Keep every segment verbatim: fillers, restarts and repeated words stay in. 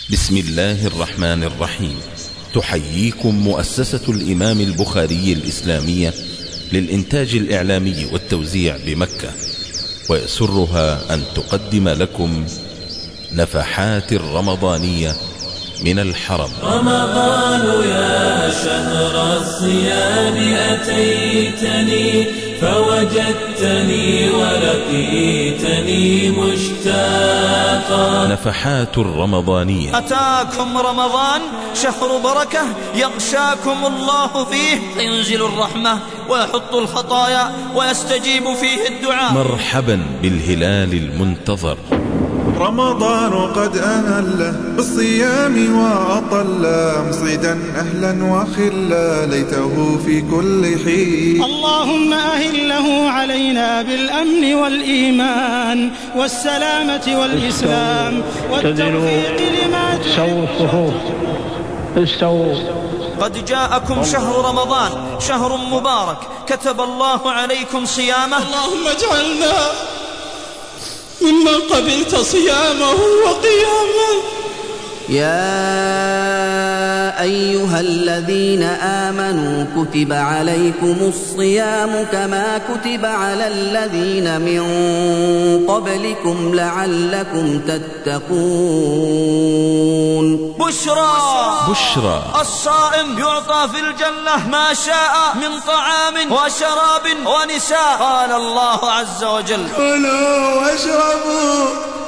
بسم الله الرحمن الرحيم. تحييكم مؤسسة الإمام البخاري الإسلامية للإنتاج الإعلامي والتوزيع بمكة، ويسرها أن تقدم لكم نفحات الرمضانية من الحرم. رمضان يا شهر الصيام أتيتني فوجدتني ولقيتني مشتاقا. نفحات الرمضانية. أتاكم رمضان شهر بركة يغشاكم الله فيه، ينزل الرحمة ويحط الخطايا ويستجيب فيه الدعاء. مرحبا بالهلال المنتظر. رمضان قد أهل بالصيام وأطل، مصيدا أهلا وخلا ليته في كل حين. اللهم أهله علينا بالأمن والإيمان والسلامة والإسلام والتوفيق لما استووا الصفوف استووا. قد جاءكم شهر رمضان، شهر مبارك كتب الله عليكم صيامه. اللهم اجعلنا ممن قبلت صيامه وقيامه. يا أيها الذين آمنوا كتب عليكم الصيام كما كتب على الذين من قبلكم لعلكم تتقون. بشرى بشرى الصائم يعطى في الجنة ما شاء من طعام وشراب ونساء. قال الله عز وجل: كلوا واشربوا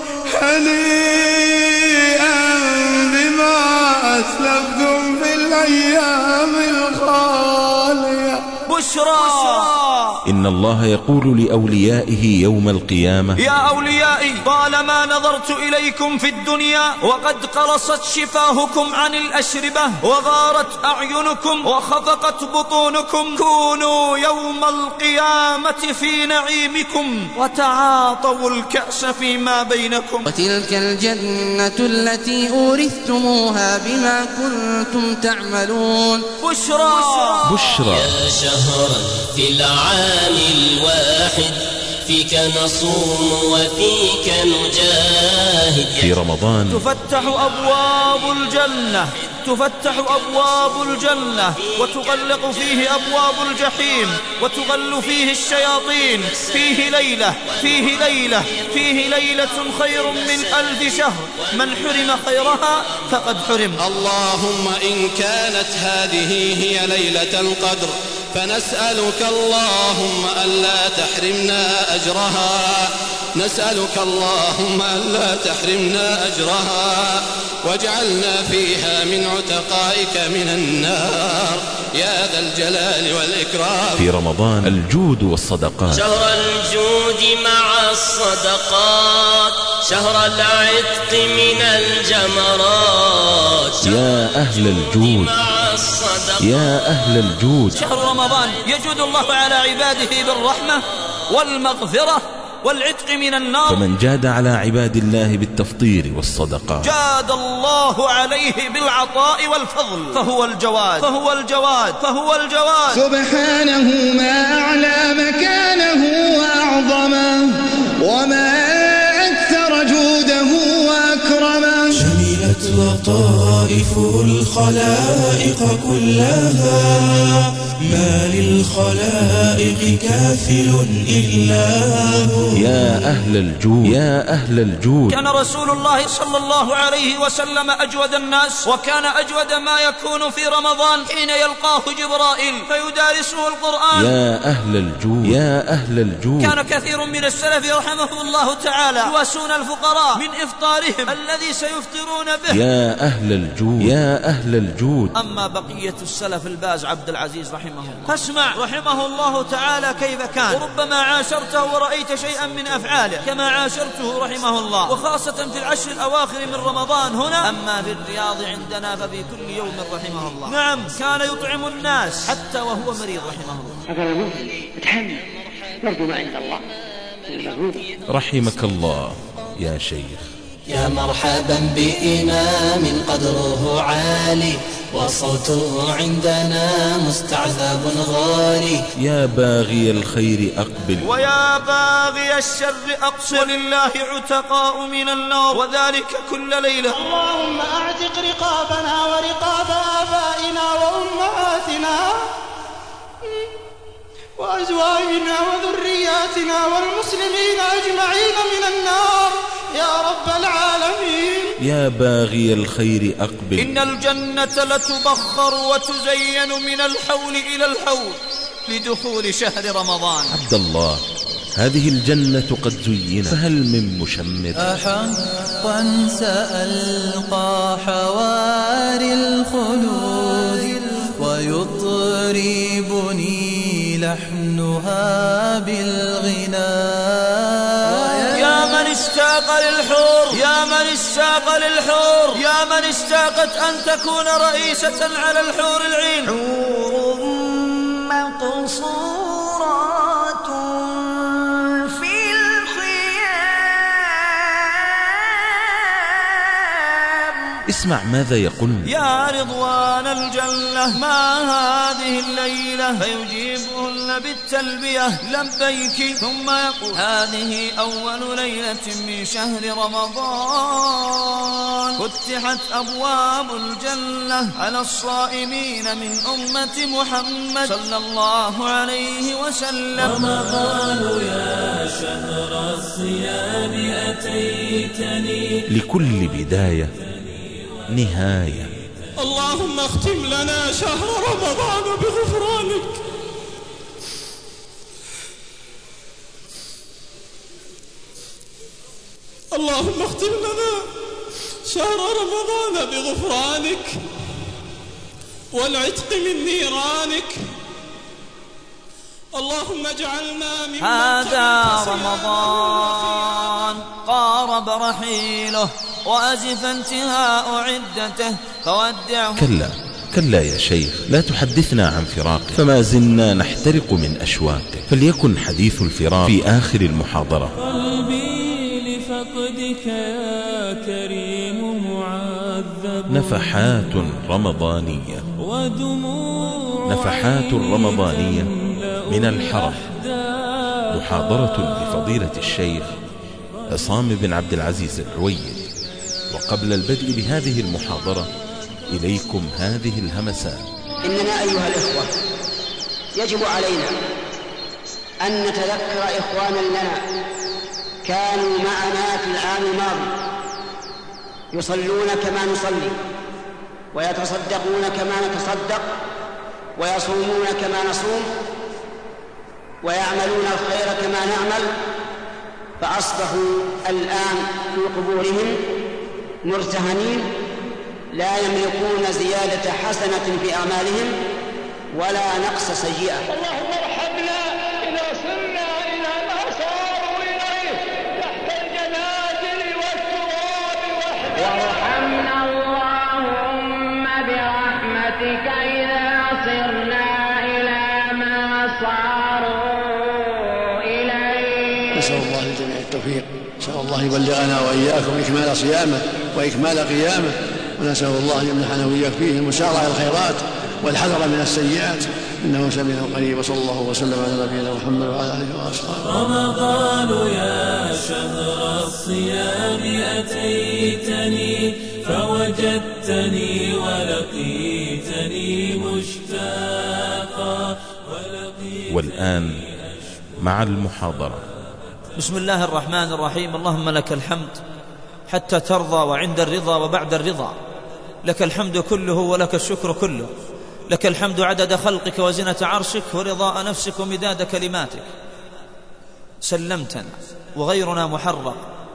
هنيئا بما أسلفتم في الأيام الخالية. بشرى. إن الله يقول لأوليائه يوم القيامة: يا أوليائي طالما نظرت إليكم في الدنيا وقد قرصت شفاهكم عن الأشربة وغارت أعينكم وخفقت بطونكم، كونوا يوم القيامة في نعيمكم وتعاطوا الكأس فيما بينكم. وتلك الجنة التي أورثتموها بما كنتم تعملون. بشرى بشرى. يا شهرا في العام الواحد فيك نصوم وفيك نجاهد. في رمضان تفتح أبواب الجنة، تفتح أبواب الجنة وتغلق فيه أبواب الجحيم وتغل فيه الشياطين. فيه ليلة فيه ليلة فيه ليلة خير من ألف شهر، من حرم خيرها فقد حرم. اللهم إن كانت هذه هي ليلة القدر فنسألك اللهم ألا تحرمنا أجرها، نسألك اللهم ألا تحرمنا أجرها واجعلنا فيها من عتقائك من النار يا ذا الجلال والإكرام. في رمضان الجود والصدقات. شهر الجود مع الصدقات، شهر العتق من الجمرات. يا أهل الجود، يا أهل الجود. شهر رمضان يجود الله على عباده بالرحمة والمغفرة والعتق من النار. فمن جاد على عباد الله بالتفطير والصدقات جاد الله عليه بالعطاء والفضل، فهو الجواد فهو الجواد فهو الجواد. سبحانه ما أعلى مكانه وأعظمه وما أكثر جوده وأكرمه. شملت لطائف الخلائق كلها، ما للخلائق كافل إلا هو. يا أهل الجود، يا أهل الجود. كان رسول الله صلى الله عليه وسلم أجود الناس، وكان أجود ما يكون في رمضان حين يلقاه جبرائيل فيدارسه القرآن. يا أهل الجود، يا أهل الجود. كان كثير من السلف رحمه الله تعالى يواسون الفقراء من إفطارهم الذي سيفطرون به. يا أهل الجود، يا أهل الجود. أما بقية السلف الباز عبد العزيز رحمه الله فاسمع رحمه الله تعالى كيف كان، وربما عاشرته ورأيت شيئا من أفعاله كما عاشرته رحمه الله، وخاصة في العشر الأواخر من رمضان هنا. أما في الرياض عندنا ففي كل يوم رحمه الله. نعم كان يطعم الناس حتى وهو مريض رحمه الله. هذا المؤمن يتحمل نرجو ما عند الله. رحمك الله يا شيخ. يا مرحبا بإمام قدره عالي وصوته عندنا مستعذب غالي. يا باغي الخير أقبل ويا باغي الشر أقصر، لله عتقاء من النار وذلك كل ليلة. اللهم أعتق رقابنا ورقاب آبائنا وأمهاتنا وأزواجنا وذرياتنا والمسلمين أجمعين من النار يا رب العالمين. يا باغي الخير أقبل. إن الجنة لتبخر وتزين من الحول إلى الحول لدخول شهر رمضان. عبد الله، هذه الجنة قد زينت، فهل من مشمر؟ أحقا سألقى حواري الخلود ويطربني لحنها بالغناء. يا من اشتاق للحور، يا من اشتاق للحور، يا من اشتاقت أن تكون رئيسة على الحور العين. حور مقصورات في الخيام. اسمع ماذا يقولن. يا رضوان الجنة ما هذه الليلة، فيجيبهن بالتلبية لبيك، ثم يقول هذه أول ليلة من شهر رمضان، فتحت أبواب الجنة على الصائمين من أمة محمد صلى الله عليه وسلم. رمضان يا شهر الصيام أتيتني، لكل بداية نهاية. اللهم اختم لنا شهر رمضان بغفرانك. اللهم اختم لنا شهر رمضان بغفرانك والعتق من نيرانك. اللهم اجعلنا من هذا رمضان قارب رحيله وأزف انتهاء عدته فودعه. كلا كلا يا شيخ، لا تحدثنا عن فراقه، فما زلنا نحترق من أشواقه. فليكن حديث الفراق في آخر المحاضرة. قلبي لفقدك يا كريم معذب، نفحات رمضانية، ودموع نفحات رمضانية من الحرم. محاضرة لفضيلة الشيخ عصام بن عبد العزيز العويد. وقبل البدء بهذه المحاضرة إليكم هذه الهمسات. إننا أيها الإخوة يجب علينا أن نتذكر إخوانا لنا كانوا معنا في العام الماضي يصلون كما نصلي، ويتصدقون كما نتصدق، ويصومون كما نصوم، ويعملون الخير كما نعمل، فأصبحوا الآن في قبورهم مرتهنين لا يملكون زيادة حسنة في أعمالهم ولا نقص سيئة. اللهم ارحمنا إذا صرنا إلى ما صاروا إليه تحت الجنازل والتراب وحده. وارحمنا اللهم برحمتك إذا صرنا إلى ما صاروا إليه. نسأل الله للجميع التوفيق، نسأل الله يبلغنا وإياكم إكمال صيامه وإكمال قيامه، ونسأل الله أن يمنحنا وإياك فيه المسارعة الخيرات والحذر من السيئات، إنه سميع قريب. وصلى الله وسلم على نبينا محمد وعلى آله وأصحابه. رمضان يا شهر الصيام أتيتني، فوجدتني ولقيتني مشتاقا. والآن مع المحاضرة. بسم الله الرحمن الرحيم. اللهم لك الحمد حتى ترضى، وعند الرضا وبعد الرضا. لك الحمد كله ولك الشكر كله. لك الحمد عدد خلقك وزنة عرشك ورضاء نفسك ومداد كلماتك. سلمتنا وغيرنا محرق،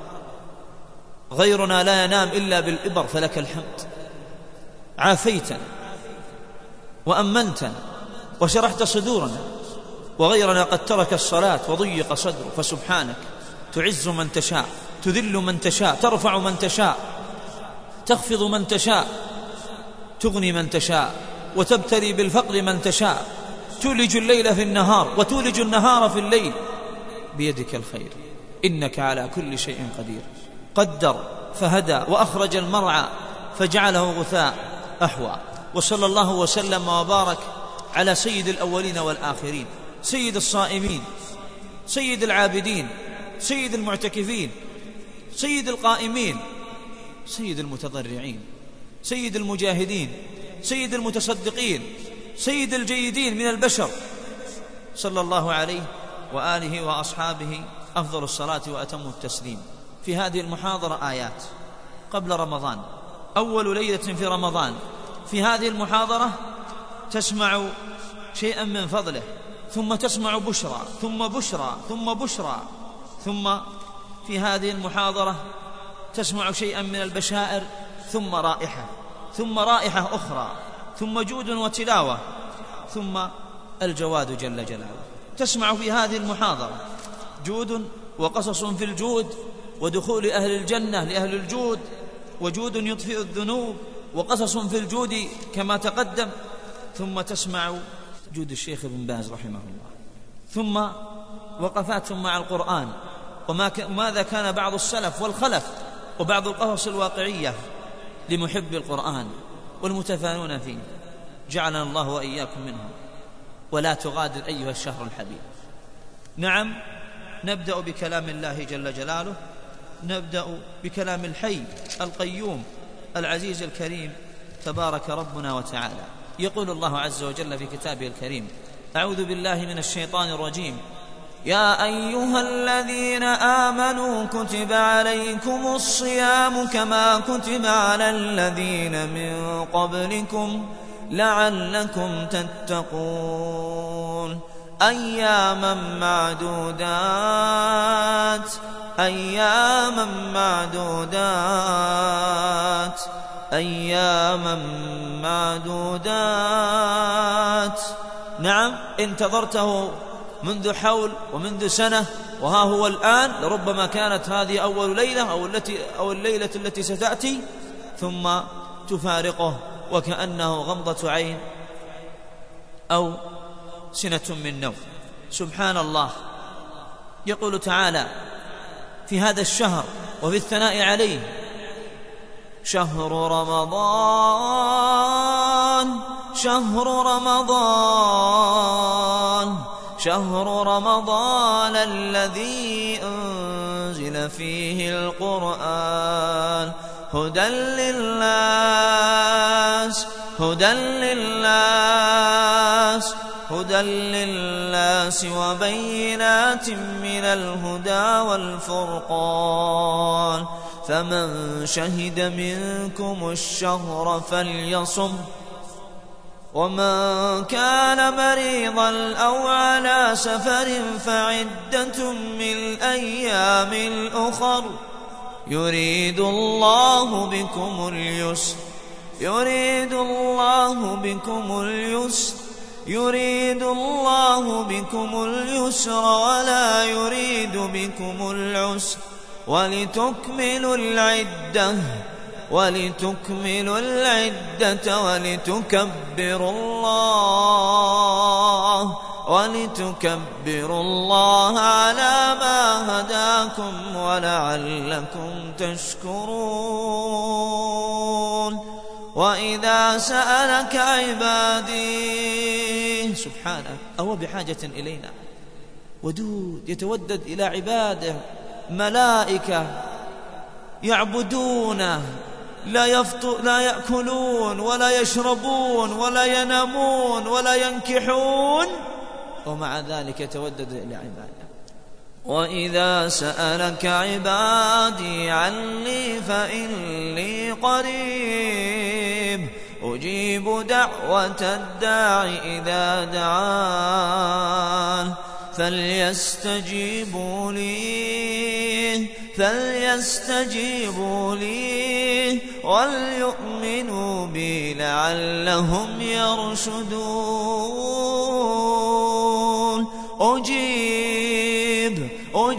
غيرنا لا ينام إلا بالإبر، فلك الحمد. عافيتنا وأمنتنا وشرحت صدورنا، وغيرنا قد ترك الصلاة وضيق صدره، فسبحانك تعز من تشاء، تذل من تشاء، ترفع من تشاء، تخفض من تشاء، تغني من تشاء، وتبتلي بالفقر من تشاء، تولج الليل في النهار وتولج النهار في الليل، بيدك الخير، إنك على كل شيء قدير. قدر فهدى، وأخرج المرعى فجعله غثاء أحوى. وصلى الله وسلم وبارك على سيد الأولين والآخرين، سيد الصائمين، سيد العابدين، سيد المعتكفين، سيد القائمين، سيد المتضرعين، سيد المجاهدين، سيد المتصدقين، سيد الجيدين من البشر، صلى الله عليه وآله وأصحابه أفضل الصلاة وأتم التسليم. في هذه المحاضرة آيات قبل رمضان، أول ليلة في رمضان. في هذه المحاضرة تسمع شيئا من فضله، ثم تسمع بشرى، ثم بشرى، ثم بشرى، ثم في هذه المحاضرة تسمع شيئا من البشائر، ثم رائحة، ثم رائحة أخرى، ثم جود وتلاوة، ثم الجواد جل جلاله. تسمع في هذه المحاضرة جود وقصص في الجود، ودخول أهل الجنة لأهل الجود، وجود يطفئ الذنوب، وقصص في الجود كما تقدم. ثم تسمع جود الشيخ ابن باز رحمه الله، ثم وقفات مع القرآن، وماذا كان بعض السلف والخلف، وبعض القصص الواقعية لمحب القرآن والمتفانون فيه. جعلنا الله وإياكم منهم. ولا تغادر أيها الشهر الحبيب. نعم، نبدأ بكلام الله جل جلاله، نبدأ بكلام الحي القيوم العزيز الكريم تبارك ربنا وتعالى. يقول الله عز وجل في كتابه الكريم: أعوذ بالله من الشيطان الرجيم: يا أيها الذين آمنوا كتب عليكم الصيام كما كتب على الذين من قبلكم لعلكم تتقون أياما معدودات أياما معدودات أياما معدودات. نعم، انتظرته منذ حول ومنذ سنة، وها هو الآن. لربما كانت هذه أول ليلة أو, التي أو الليلة التي ستأتي، ثم تفارقه وكأنه غمضة عين أو سنة من نوم. سبحان الله. يقول تعالى في هذا الشهر وفي الثناء عليه: شهر رمضان شهر رمضان شهر رمضان الذي أنزل فيه القرآن هدى للناس هدى للناس هدى للناس وبينات من الهدى والفرقان فمن شهد منكم الشهر فليصم ومن كان مريضا أو على سفر فعدة من أيام الأخر يريد الله بكم اليسر يريد الله بكم اليسر يريد الله بكم اليسر ولا يريد بكم العسر ولتكملوا العدة ولتكملوا العدة ولتكبروا الله ولتكبروا الله على ما هداكم ولعلكم تشكرون. وإذا سألك عبادي سبحانه أهو بحاجة إلينا، ودود يتودد إلى عباده، ملائكة يعبدونه، لا يفطر لا يأكلون ولا يشربون ولا ينامون ولا ينكحون، ومع ذلك يتودد إلى عباده. وإذا سألك عبادي عني فإني قريب أجيب دعوة الداع إذا دعان فليستجيبوا لي فليستجيبوا لي وليؤمنوا بي لعلهم يرشدون. أجيب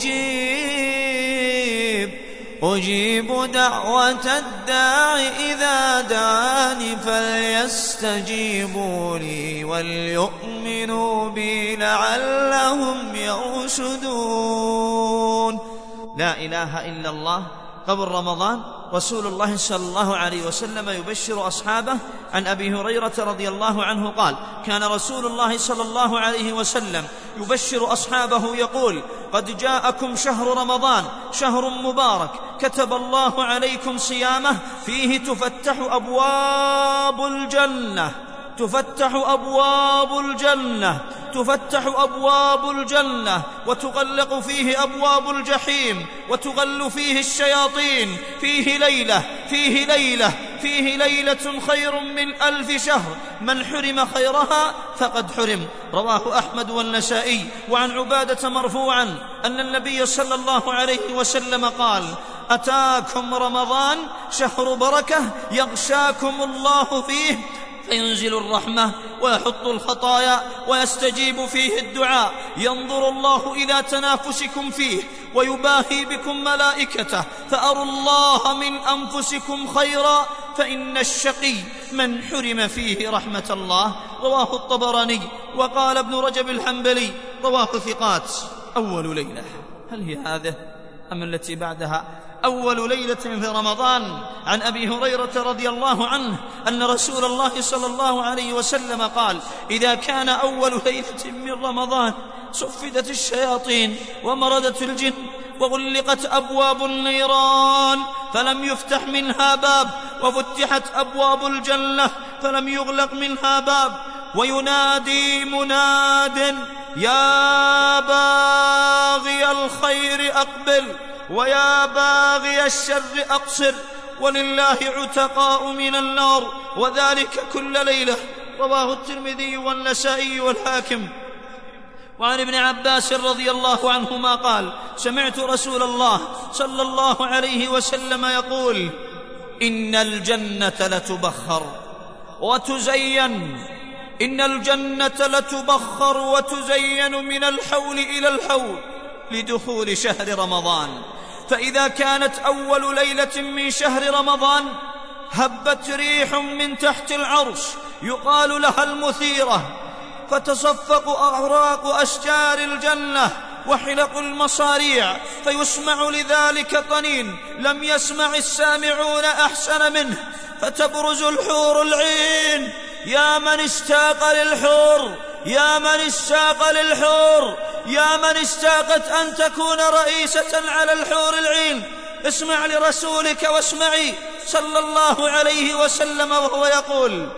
أجيب أجيب دعوة الداع إذا دعاني فليستجيبوا لي وليؤمنوا بي لعلهم يرشدون. لا إله إلا الله قبل رمضان رسول الله صلى الله عليه وسلم يبشر أصحابه. عن أبي هريرة رضي الله عنه قال: كان رسول الله صلى الله عليه وسلم يبشر أصحابه يقول: قد جاءكم شهر رمضان شهر مبارك كتب الله عليكم صيامه فيه تفتح أبواب الجنة تفتح أبواب الجنة تفتح أبواب الجنة وتغلق فيه أبواب الجحيم وتغل فيه الشياطين فيه ليلة فيه ليلة فيه ليلة خير من ألف شهر من حرم خيرها فقد حرم. رواه أحمد والنسائي. وعن عبادة مرفوعا أن النبي صلى الله عليه وسلم قال: أتاكم رمضان شهر بركة يغشاكم الله فيه فينزل الرحمة ويحط الخطايا ويستجيب فيه الدعاء، ينظر الله إلى تنافسكم فيه ويباهي بكم ملائكته، فأروا الله من أنفسكم خيرا فإن الشقي من حرم فيه رحمة الله. رواه الطبراني. وقال ابن رجب الحنبلي رواه ثقات. أول ليلة، هل هي هذه أم التي بعدها؟ أول ليلة في رمضان. عن أبي هريرة رضي الله عنه أن رسول الله صلى الله عليه وسلم قال: إذا كان أول ليلة من رمضان صفدت الشياطين ومردت الجن وغلقت أبواب النيران فلم يفتح منها باب وفتحت أبواب الجنة فلم يغلق منها باب، وينادي مناد: يا باغي الخير أقبل ويا باغي الشر أقصر، ولله عتقاء من النار، وذلك كل ليلة. رواه الترمذي والنسائي والحاكم. وعن ابن عباس رضي الله عنهما قال: سمعت رسول الله صلى الله عليه وسلم يقول: إن الجنة لتبخر وتزين إن الجنة لتبخر وتزين من الحول إلى الحول لدخول شهر رمضان، فإذا كانت أول ليلة من شهر رمضان هبت ريح من تحت العرش يقال لها المثيرة، فتصفق أوراق أشجار الجنة وحلق المصاريع، فيسمع لذلك طنين لم يسمع السامعون أحسن منه، فتبرز الحور العين. يا من اشتاق للحور يا من اشتاق للحور يا من اشتاقت أن تكون رئيسة على الحور العين، اسمع لرسولك واسمعي صلى الله عليه وسلم وهو يقول: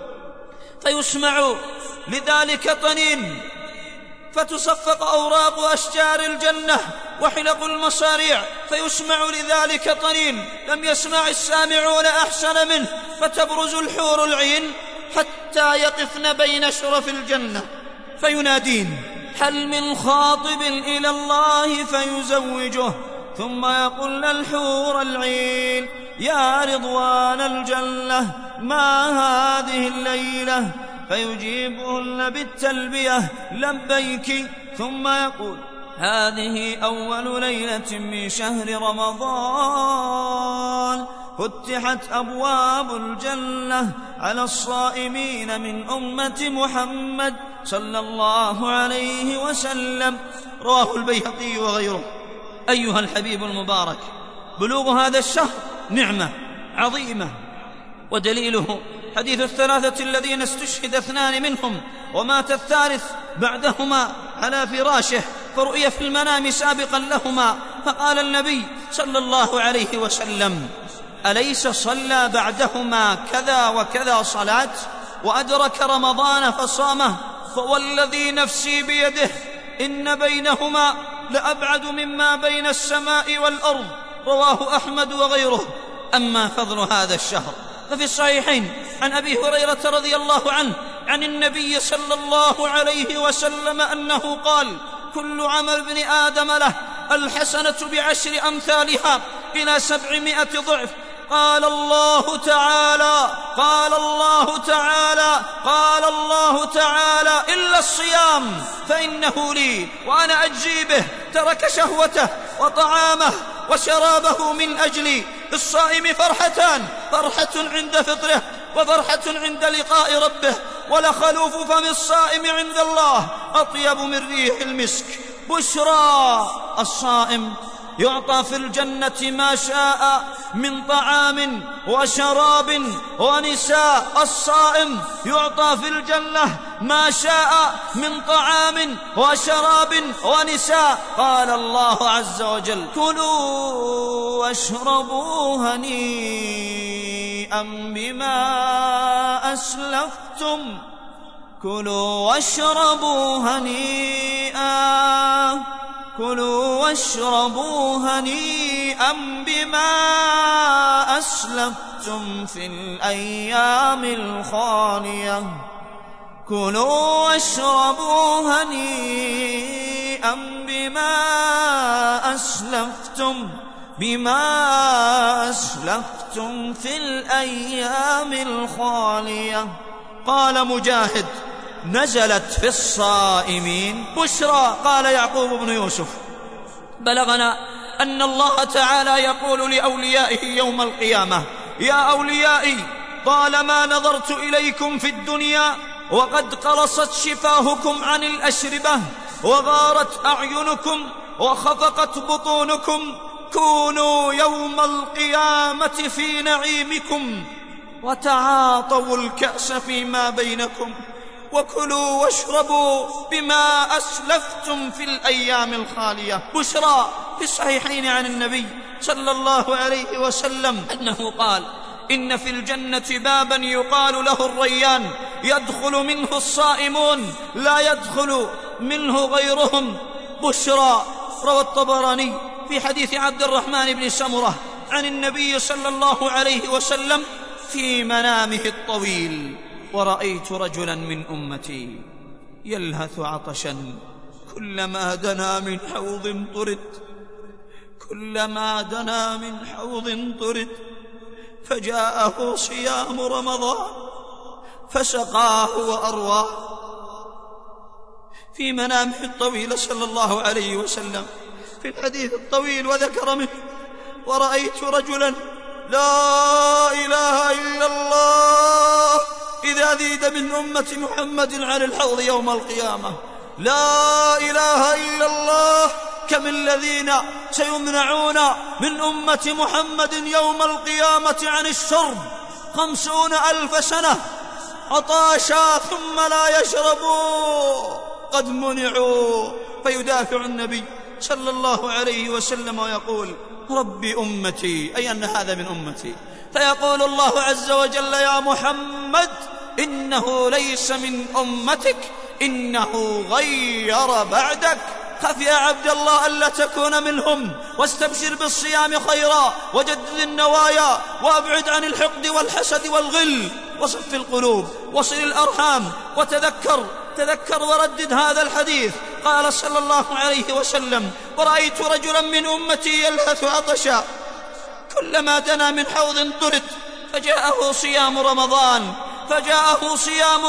فيسمع لذلك طنين فتصفق أوراق أشجار الجنة وحلق المصاريع، فيسمع لذلك طنين لم يسمع السامعون أحسن منه، فتبرز الحور العين حتى يقفن بين شرف الجنة فينادين: هل من خاطب إلى الله فيزوجه، ثم يقول الحور العين: يا رضوان الجنة ما هذه الليلة، فيجيبهن بالتلبية: لبيك، ثم يقول: هذه أول ليلة من شهر رمضان فتحت أبواب الجنة على الصائمين من أمة محمد صلى الله عليه وسلم. رواه البيهقي وغيره. أيها الحبيب المبارك، بلوغ هذا الشهر نعمة عظيمة، ودليله حديث الثلاثة الذين استشهد اثنان منهم ومات الثالث بعدهما على فراشه، فرؤي في المنام سابقا لهما، فقال النبي صلى الله عليه وسلم: أليس صلى بعدهما كذا وكذا صلاة وأدرك رمضان فصامه؟ فوالذي نفسي بيده إن بينهما لأبعد مما بين السماء والأرض. رواه أحمد وغيره. أما فضل هذا الشهر ففي الصحيحين عن أبي هريرة رضي الله عنه عن النبي صلى الله عليه وسلم أنه قال: كل عمل ابن آدم له الحسنة بعشر أمثالها إلى سبعمائة ضعف. قال الله تعالى قال الله تعالى قال الله تعالى: إلا الصيام فإنه لي وأنا أجزي به. ترك شهوته وطعامه وشرابه من أجلي. الصائم فرحتان: فرحة عند فطره وفرحة عند لقاء ربه، ولخلوف فم الصائم عند الله أطيب من ريح المسك. بشرى الصائم يعطى في الجنة ما شاء من طعام وشراب ونساء. الصائم يعطى في الجنة ما شاء من طعام وشراب ونساء. قال الله عز وجل: كلوا واشربوا هنيئا بما أسلفتم كلوا واشربوا هنيئا كلوا واشربوا هنيئا بما أسلفتم في الأيام الخالية كلوا واشربوا هنيئا بما أسلفتم بما أسلفتم في الأيام الخالية. قال مجاهد: نزلت في الصائمين بشرى. قال يعقوب بن يوسف: بلغنا أن الله تعالى يقول لأوليائه يوم القيامة: يا أوليائي، طالما نظرت إليكم في الدنيا وقد قلصت شفاهكم عن الأشربة وغارت أعينكم وخفقت بطونكم، كونوا يوم القيامة في نعيمكم وتعاطوا الكأس فيما بينكم وكلوا واشربوا بما أسلفتم في الأيام الخالية. بشرى في الصحيحين عن النبي صلى الله عليه وسلم أنه قال: إن في الجنة بابا يقال له الريان، يدخل منه الصائمون لا يدخل منه غيرهم. بشرى. روى الطبراني في حديث عبد الرحمن بن سمرة عن النبي صلى الله عليه وسلم في منامه الطويل: ورأيت رجلا من أمتي يلهث عطشا كلما دنا من حوض طرد كلما دنا من حوض طرد فجاءه صيام رمضان فسقاه وأرواه. في منامه الطويل صلى الله عليه وسلم في الحديث الطويل وذكر منه: ورأيت رجلا لا إله إلا الله إذا ذيد من أمة محمد عن الحوض يوم القيامة. لا إله إلا الله. كم الذين سيمنعون من أمة محمد يوم القيامة عن الشرب خمسون ألف سنة عطاشا ثم لا يشربوا، قد منعوا. فيدافع النبي صلى الله عليه وسلم ويقول: رب أمتي، أي أن هذا من أمتي. فيقول الله عز وجل: يا محمد، إنه ليس من أمتك، إنه غير بعدك. خف يا عبد الله ألا تكون منهم، واستبشر بالصيام خيرا، وجدد النوايا، وأبعد عن الحقد والحسد والغل، وصف القلوب، وصل الأرحام، وتذكر تذكر وردد هذا الحديث. قال صلى الله عليه وسلم: ورأيت رجلا من أمتي يلهث عطشا كلما دنا من حوض طرد فجاءه صيام رمضان فجاءه صيام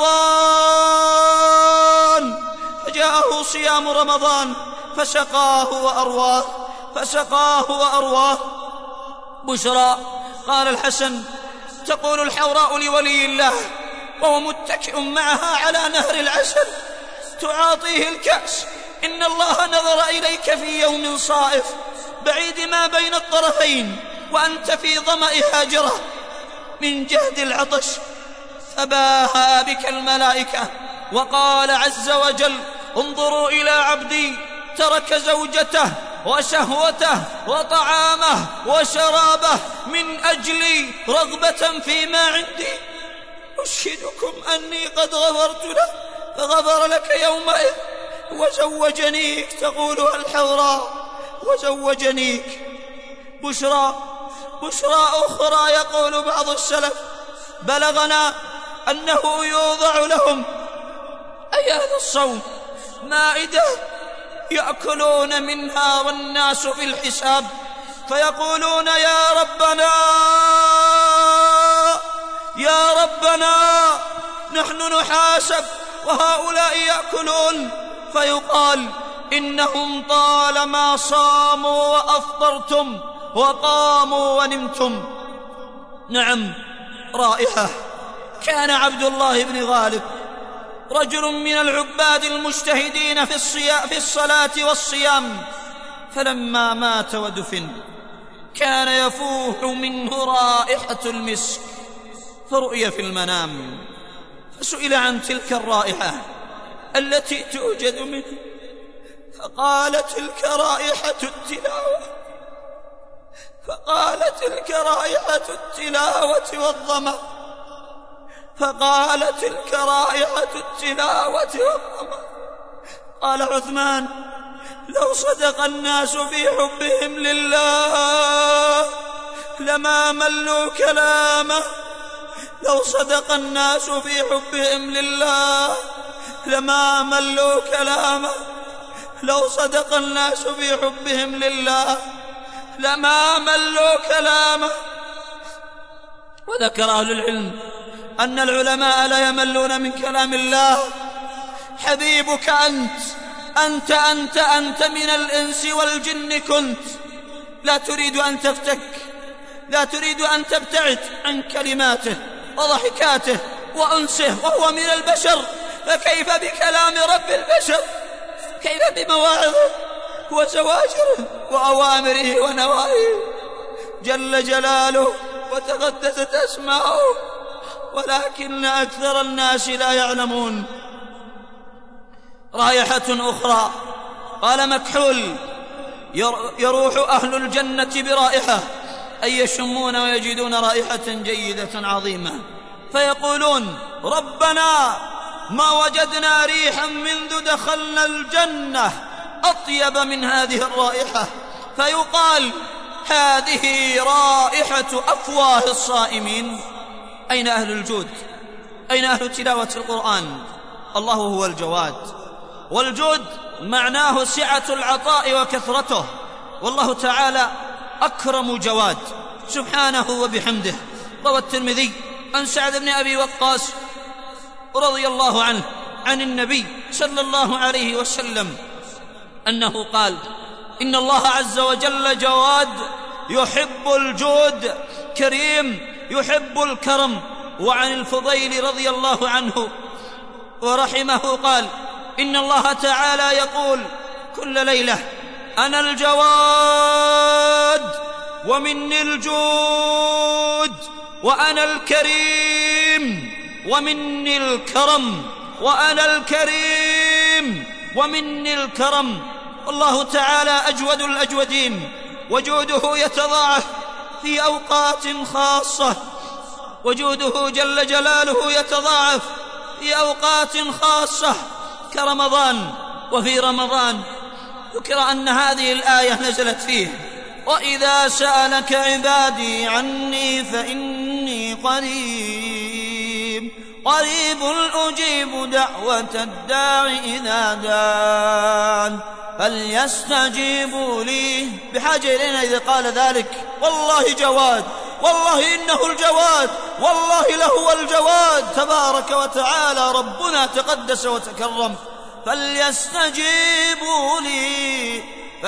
رمضان فجاءه صيام رمضان فسقاه وأرواه فسقاه وأرواه. بشرى. قال الحسن: تقول الحوراء لولي الله وهو متكئ معها على نهر العسل تعاطيه الكأس: إن الله نظر إليك في يوم صائف بعيد ما بين الطرفين وأنت في ظمأ هاجرة من جهد العطش، فباها بك الملائكة وقال عز وجل: انظروا إلى عبدي ترك زوجته وشهوته وطعامه وشرابه من أجلي رغبة فيما عندي، أشهدكم أني قد غفرت له فغفر لك يومئذ وزوجنيك. تقولها الحوراء: وزوجنيك. بشرى. بشرى أخرى. يقول بعض السلف: بلغنا أنه يوضع لهم، أي أهل الصوم، مائدة يأكلون منها والناس في الحساب، فيقولون: يا ربنا يا ربنا نحن نحاسب وهؤلاء يأكلون، فيقال: إنهم طالما صاموا وأفطرتم وقاموا ونمتم. نعم، رائحة. كان عبد الله بن غالب رجل من العباد المجتهدين في الصلاة والصيام، فلما مات ودفن كان يفوح منه رائحة المسك، فرؤي في المنام فسئل عن تلك الرائحة التي توجد منه فقال تلك رائحة التلاوة فقال تلك رائحة التلاوة والظمأ فقال تلك رائحة التلاوة والظمأ. قال عثمان: لو صدق الناس في حبهم لله لما ملوا كلامه، لو صدق الناس في حبهم لله لما ملوا كلامه، لو صدق الناس في حبهم لله لما ملوا كلامه. وذكر أهل العلم أن العلماء لا يملون من كلام الله. حبيبك أنت أنت أنت أنت من الإنس والجن كنت، لا تريد أن تفتك، لا تريد أن تبتعد عن كلماته وضحكاته وأنسه، وهو من البشر، فكيف بكلام رب البشر؟ كيف بمواعظه وزواجره وأوامره ونواهيه جل جلاله وتقدست أسماؤه، ولكن أكثر الناس لا يعلمون. رائحة أخرى قال مكحول: يروح أهل الجنة برائحة، أي يشمون ويجدون رائحة جيدة عظيمة، فيقولون: ربنا ما وجدنا ريحا منذ دخلنا الجنة أطيب من هذه الرائحة. فيقال: هذه رائحة أفواه الصائمين. أين أهل الجود؟ أين أهل تلاوة القرآن؟ الله هو الجواد، والجود معناه سعة العطاء وكثرته، والله تعالى أكرم جواد سبحانه وبحمده. روى الترمذي عن سعد بن أبي وقاص رضي الله عنه عن النبي صلى الله عليه وسلم أنه قال: إن الله عز وجل جواد يحب الجود، كريم يحب الكرم. وعن الفضيل رضي الله عنه ورحمه قال: إن الله تعالى يقول كل ليلة: أنا الجواد ومني الجود، وأنا الكريم ومني الكرم، وأنا الكريم ومني الكرم. الله تعالى أجود الأجودين، وجوده يتضاعف في أوقات خاصة، وجوده جل جلاله يتضاعف في أوقات خاصة كرمضان. وفي رمضان ذكر أن هذه الآية نزلت فيه: وإذا سألك عبادي عني فإني قريب قريب أجيب دعوة الداع إذا دعان فليستجيبوا لي. بحاجة إلينا إذا قال ذلك. والله جواد، والله إنه الجواد، والله لهو الجواد تبارك وتعالى ربنا تقدس وتكرم. فليستجيبوا لي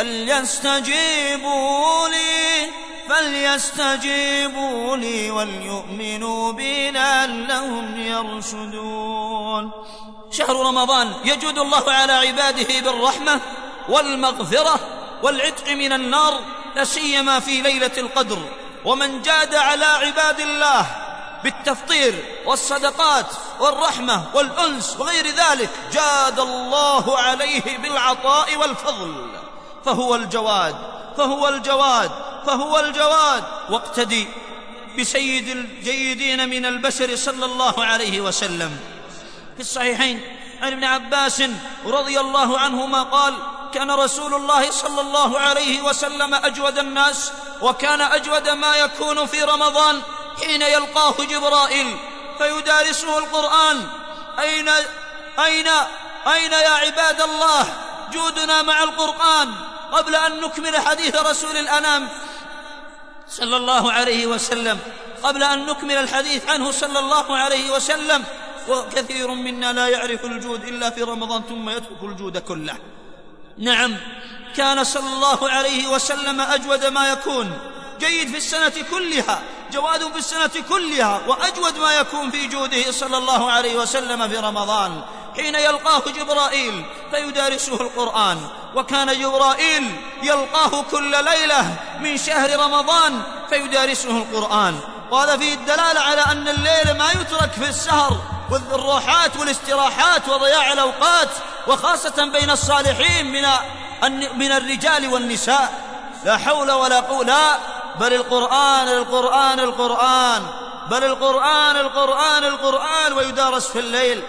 فليستجيبوا لي فليستجيبوا لي وليؤمنوا بي لعلهم يرشدون. شهر رمضان يجود الله على عباده بالرحمة والمغفرة والعتق من النار، لا سيما في ليلة القدر. ومن جاد على عباد الله بالتفطير والصدقات والرحمة والأنس وغير ذلك جاد الله عليه بالعطاء والفضل، فهو الجواد فهو الجواد فهو الجواد. واقتدي بسيد الجيدين من البشر صلى الله عليه وسلم. في الصحيحين عن ابن عباس رضي الله عنهما قال: كان رسول الله صلى الله عليه وسلم أجود الناس، وكان أجود ما يكون في رمضان حين يلقاه جبرائيل فيدارسه القرآن. أين أين أين يا عباد الله جودنا مع القرآن؟ قبل أن نكمل حديث رسول الأنام صلى الله عليه وسلم، قبل أن نكمل الحديث عنه صلى الله عليه وسلم، وكثير منا لا يعرف الجود إلا في رمضان ثم يترك الجود كله. نعم، كان صلى الله عليه وسلم أجود ما يكون، جيد في السنة كلها، جواد في السنة كلها، وأجود ما يكون في جوده صلى الله عليه وسلم في رمضان حين يلقاه جبرائيل فيدارسه القرآن، وكان جبرائيل يلقاه كل ليلة من شهر رمضان فيدارسه القرآن. وهذا فيه الدلالة على أن الليل ما يترك في السهر والروحات والاستراحات وضياع الأوقات، وخاصة بين الصالحين من من الرجال والنساء. لا حول ولا قوة، لا بل القرآن القرآن القرآن بل القرآن القرآن القرآن ويدارس في الليل.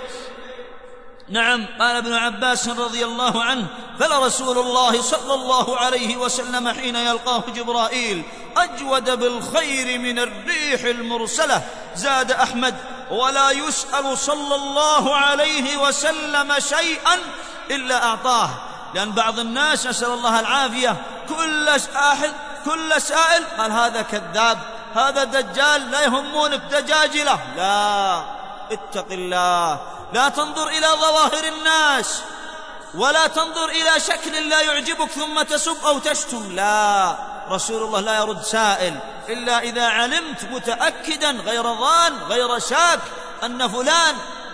نعم، قال ابن عباس رضي الله عنه: فلرسول الله صلى الله عليه وسلم حين يلقاه جبرائيل أجود بالخير من الريح المرسلة. زاد أحمد: ولا يسأل صلى الله عليه وسلم شيئا إلا أعطاه. لأن بعض الناس نسأل الله العافية كل أحد كل سائل قال هذا كذاب، هذا دجال، لا يهمونك دجاجلة. لا، اتق الله، لا تنظر إلى ظواهر الناس، ولا تنظر إلى شكل لا يعجبك ثم تسب أو تشتم. لا، رسول الله لا يرد سائل إلا إذا علمت متأكدا غير ظان غير شاك أن فلان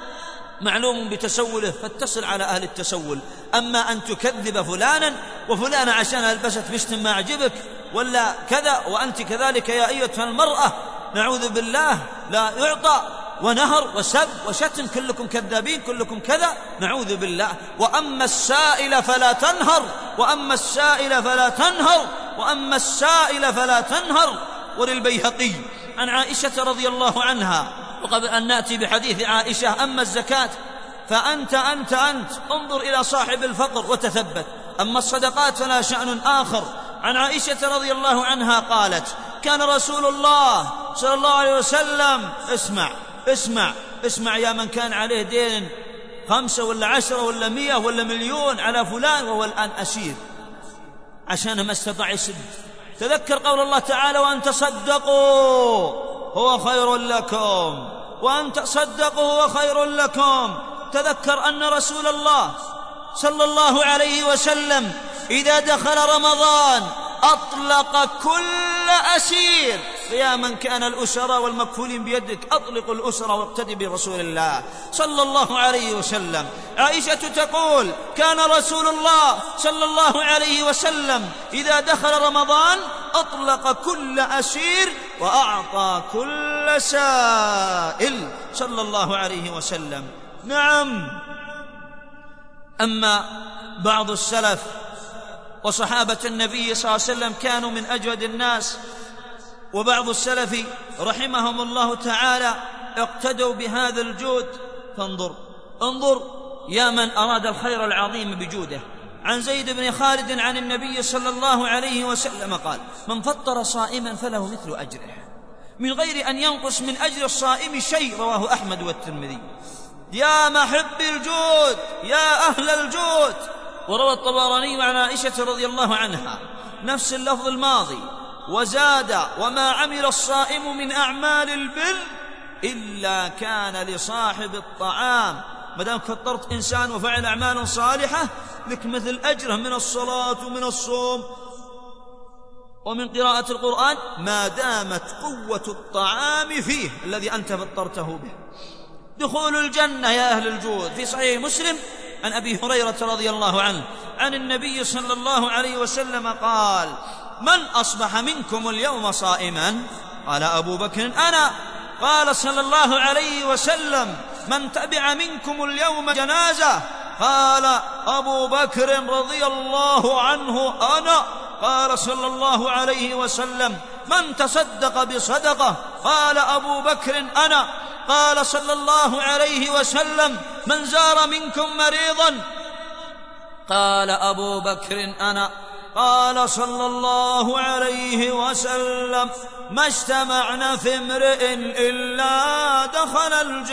معلوم بتسوله، فاتصل على أهل التسول. أما أن تكذب فلانا وفلانا عشان ألبست فشتم ما أعجبك ولا كذا، وأنت كذلك يا أيتها المرأة، نعوذ بالله، لا يعطى، ونهر وسب وشتم، كلكم كذابين، كلكم كذا، نعوذ بالله. وأما السائل فلا تنهر وأما السائل فلا تنهر وأما السائل فلا تنهر. وللبيهقي عن عائشة رضي الله عنها، وقبل أن نأتي بحديث عائشة: أما الزكاة فأنت أنت أنت انظر إلى صاحب الفقر وتثبت، أما الصدقات فلا شأن آخر. عن عائشة رضي الله عنها قالت: كان رسول الله صلى الله عليه وسلم، اسمع اسمع اسمع يا من كان عليه دين خمسة ولا عشرة ولا مية ولا مليون على فلان وهو الآن أسير عشان ما استطاع يسد، تذكر قول الله تعالى: وأن تصدقوا هو خير لكم وأن تصدقوا هو خير لكم. تذكر أن رسول الله صلى الله عليه وسلم إذا دخل رمضان أطلق كل أسير. يا من كان الأسرى والمكفولين بيدك أطلق الأسرى واقتدي برسول الله صلى الله عليه وسلم. عائشة تقول: كان رسول الله صلى الله عليه وسلم إذا دخل رمضان أطلق كل أسير وأعطى كل سائل صلى الله عليه وسلم. نعم. أما بعض السلف وصحابة النبي صلى الله عليه وسلم كانوا من أجود الناس، وبعض السلف رحمهم الله تعالى اقتدوا بهذا الجود. فانظر انظر يا من أراد الخير العظيم بجوده. عن زيد بن خالد عن النبي صلى الله عليه وسلم قال: من فطر صائما فله مثل أجره من غير أن ينقص من أجر الصائم شيء. رواه أحمد والترمذي. يا محب الجود، يا أهل الجود. وروى الطبراني عن عائشة رضي الله عنها نفس اللفظ الماضي، وزاد: وما عمل الصائم من أعمال البر إلا كان لصاحب الطعام. مدام فطرت إنسان وفعل أعمال صالحة لك مثل أجره من الصلاة ومن الصوم ومن قراءة القرآن، ما دامت قوة الطعام فيه الذي أنت فطرته به. دخول الجنة يا أهل الجود في صحيح مسلم عن أبي هريرة رضي الله عنه عن النبي صلى الله عليه وسلم قال: من أصبح منكم اليوم صائما؟ قال أبو بكر: أنا. قال صلى الله عليه وسلم: من تبع منكم اليوم جنازة؟ قال أبو بكر رضي الله عنه: أنا. قال صلى الله عليه وسلم: من تصدق بصدقة؟ قال أبو بكر: أنا. قال صلى الله عليه وسلم: من زار منكم مريضا؟ قال أبو بكر: أنا. قال صلى الله عليه وسلم: ما اجتمعنا في امرئ إلا دخل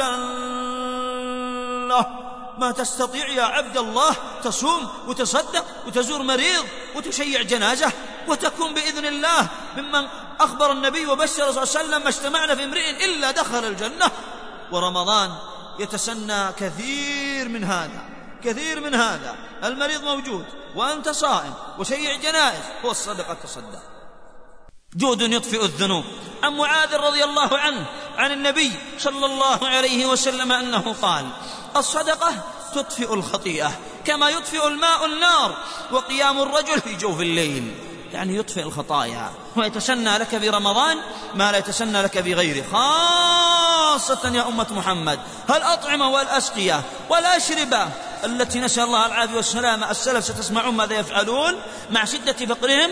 الجنة. ما تستطيع يا عبد الله تصوم وتصدق وتزور مريض وتشيع جنازة وتكون بإذن الله ممن أخبر النبي وبشر صلى الله عليه وسلم: ما اجتمعنا في امرئ إلا دخل الجنة. ورمضان يتسنى كثير من هذا كثير من هذا. المريض موجود وأنت صائم وشيع جنائز، هو الصدقة تصدق. جود يطفئ الذنوب. عن معاذ رضي الله عنه عن النبي صلى الله عليه وسلم أنه قال: الصدقة تطفئ الخطيئة كما يطفئ الماء النار، وقيام الرجل في جوف الليل يعني يطفئ الخطايا، ويتسنى لك برمضان ما لا يتسنى لك بغيره، خاصة يا أمة محمد. هالأطعمة والأسقية والأشربة التي نسأل الله العافية والسلامة، السلف ستسمعون ماذا يفعلون مع شدة فقرهم،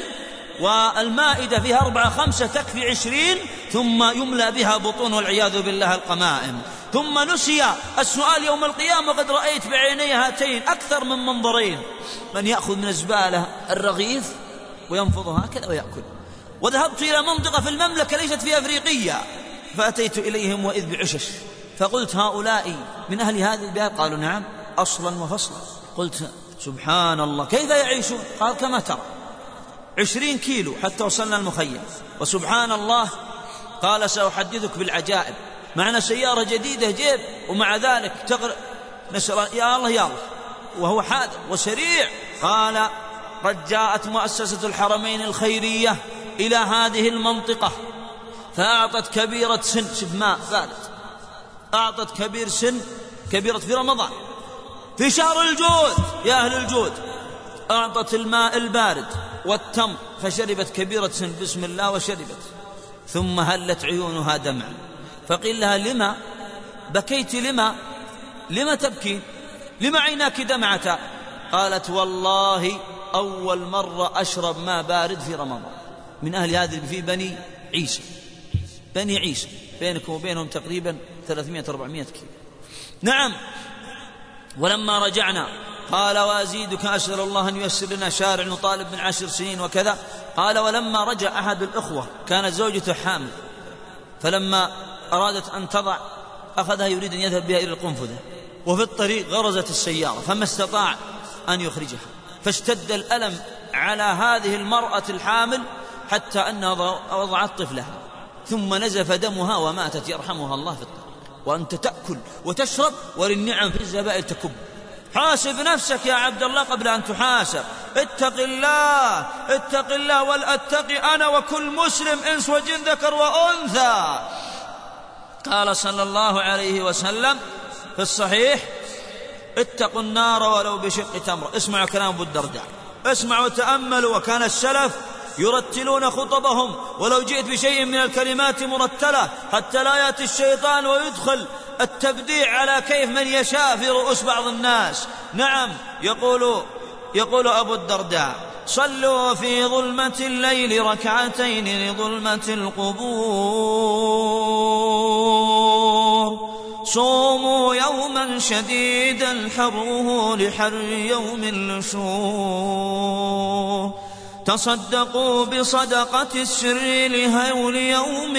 والمائدة فيها أربعة خمسة تكفي عشرين، ثم يملأ بها بطون والعياذ بالله القمائم. ثم نسي السؤال يوم القيامة، وقد رأيت بعيني هاتين أكثر من منظرين، من يأخذ من الزبالة الرغيف وينفضه هكذا ويأكل. وذهبت إلى منطقة في المملكة ليست في أفريقيا، فأتيت إليهم وإذ بعشش، فقلت هؤلاء من أهل هذه البلاد؟ قالوا نعم أصلا وفصلا. قلت سبحان الله كيف يعيشون؟ قال كما ترى عشرين كيلو حتى وصلنا المخيم، وسبحان الله قال سأحدثك بالعجائب، معنا سيارة جديدة جيب ومع ذلك تغر نسأل يا الله يا الله، وهو حاذر وسريع. قال قد جاءت مؤسسة الحرمين الخيرية إلى هذه المنطقة فأعطت كبيرة سن، شوف ماء بارد، أعطت كبير سن، كبيرة في رمضان في شهر الجود يا أهل الجود، أعطت الماء البارد والتمر فشربت كبيرة سن بسم الله وشربت، ثم هلت عيونها دمعا، فقيل لها لما بكيت؟ لما لما تبكين؟ لما عيناك دمعتا؟ قالت والله أول مرة أشرب ماء بارد في رمضان. من أهل هذه في بني عيسى، بني عيسى بينكم وبينهم تقريبا ثلاثمائة أربعمائة كيلو. نعم. ولما رجعنا قال وأزيدك أسأل الله أن ييسر لنا شارع نطالب من عشر سنين وكذا. قال ولما رجع أحد الأخوة كانت زوجته حامل، فلما أرادت أن تضع أخذها يريد أن يذهب بها إلى القنفذة، وفي الطريق غرزت السيارة فما استطاع أن يخرجها، فاشتد الألم على هذه المرأة الحامل حتى أنها وضعت طفلها، ثم نزف دمها وماتت يرحمها الله في الطريق. وأنت تأكل وتشرب وللنعم في الزبائن تكب. حاسب نفسك يا عبد الله قبل أن تحاسب. اتق الله اتق الله والأتقي أنا وكل مسلم إنس وجن ذكر وأنثى. قال صلى الله عليه وسلم في الصحيح اتقوا النار ولو بشق تمر. اسمعوا كلام أبو الدرداء، اسمعوا وتأملوا. وكان السلف يرتلون خطبهم ولو جئت بشيء من الكلمات مرتلة حتى لا يأتي الشيطان ويدخل التبديع على كيف من يشاء في رؤوس بعض الناس. نعم. يقول يقول أبو الدرداء صلوا في ظلمة الليل ركعتين لظلمة القبور، صوموا يوما شديدا حره لحر يوم النشور، تصدقوا بصدقة السر لهول يوم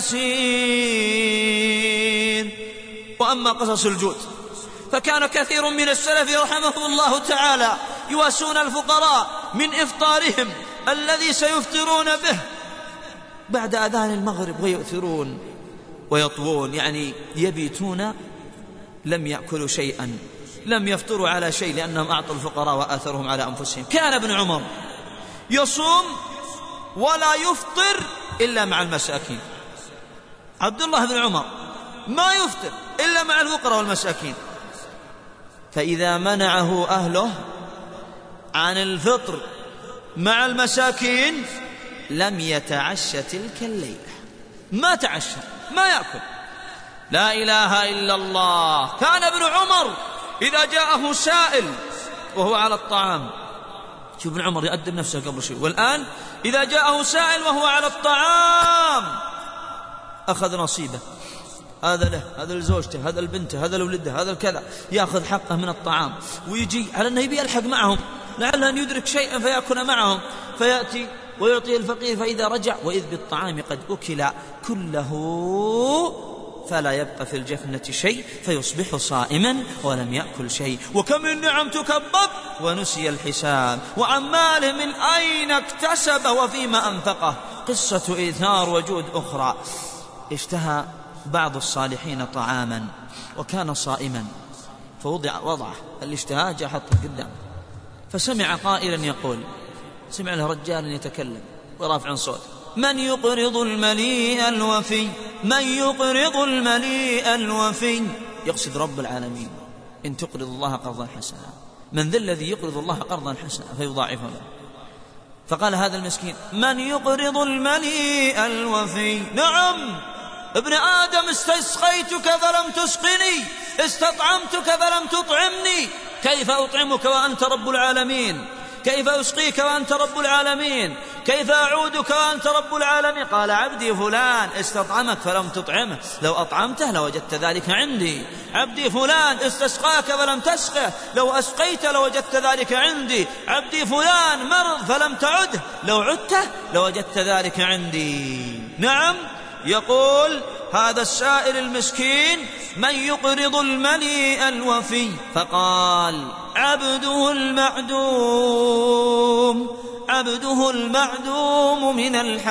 العسير. وأما قصص الجود فكان كثير من السلف رحمه الله تعالى يواسون الفقراء من إفطارهم الذي سيفطرون به بعد أذان المغرب، ويؤثرون ويطوون، يعني يبيتون لم يأكلوا شيئا، لم يفطروا على شيء، لأنهم أعطوا الفقراء وآثرهم على أنفسهم. كان ابن عمر يصوم ولا يفطر إلا مع المساكين. عبد الله بن عمر ما يفطر إلا مع الفقراء والمساكين، فإذا منعه أهله عن الفطر مع المساكين لم يتعشى تلك الليلة، ما تعشى، ما يأكل. لا إله إلا الله. كان ابن عمر إذا جاءه سائل وهو على الطعام، شوف ابن عمر يؤدب نفسه قبل شيء، والآن إذا جاءه سائل وهو على الطعام أخذ نصيبه، هذا له، هذا لزوجته، هذا لبنته، هذا لولده، هذا الكذا، يأخذ حقه من الطعام، ويجي على أنه يبي يلحق معهم لعله أن يدرك شيئا فيأكل معهم، فيأتي ويعطي الفقير، فإذا رجع وإذ بالطعام قد أكل كله فلا يبقى في الجفنة شيء فيصبح صائما ولم يأكل شيء. وكم من نعم تكبب ونسي الحساب، وعن ماله من أين اكتسب وفيما أنفقه. قصة إيثار وجود أخرى. اشتهى بعض الصالحين طعاما وكان صائما، فوضع وضعه اللي اشتهاه جاء حطه قدام، فسمع قائلا يقول، سمع له رجال يتكلم ورافع صوت، من يقرض المليء الوفي، من يقرض المليء الوفي، يقصد رب العالمين. إن تقرض الله قرضا حسنا. من ذا الذي يقرض الله قرضا حسنا فيضاعفه له؟ فقال هذا المسكين: من يقرض المليء الوفي. نعم، ابن آدم استسقيتك فلم تسقني، استطعمتك فلم تطعمني، كيف أطعمك وأنت رب العالمين؟ كيف أسقيك وأنت رب العالمين؟ كيف أعودك وأنت رب العالمين؟ قال: عبدي فلان استطعمك فلم تطعمه، لو أطعمته لوجدت ذلك عندي. عبدي فلان استسقاك فلم تسقه، لو أسقيت لوجدت ذلك عندي. عبدي فلان مرض فلم تعده، لو عدته لوجدت ذلك عندي. نعم، يقول هذا السائل المسكين: من يقرض المليء الوفي؟ فقال: عبده المعدوم، عبده المعدوم من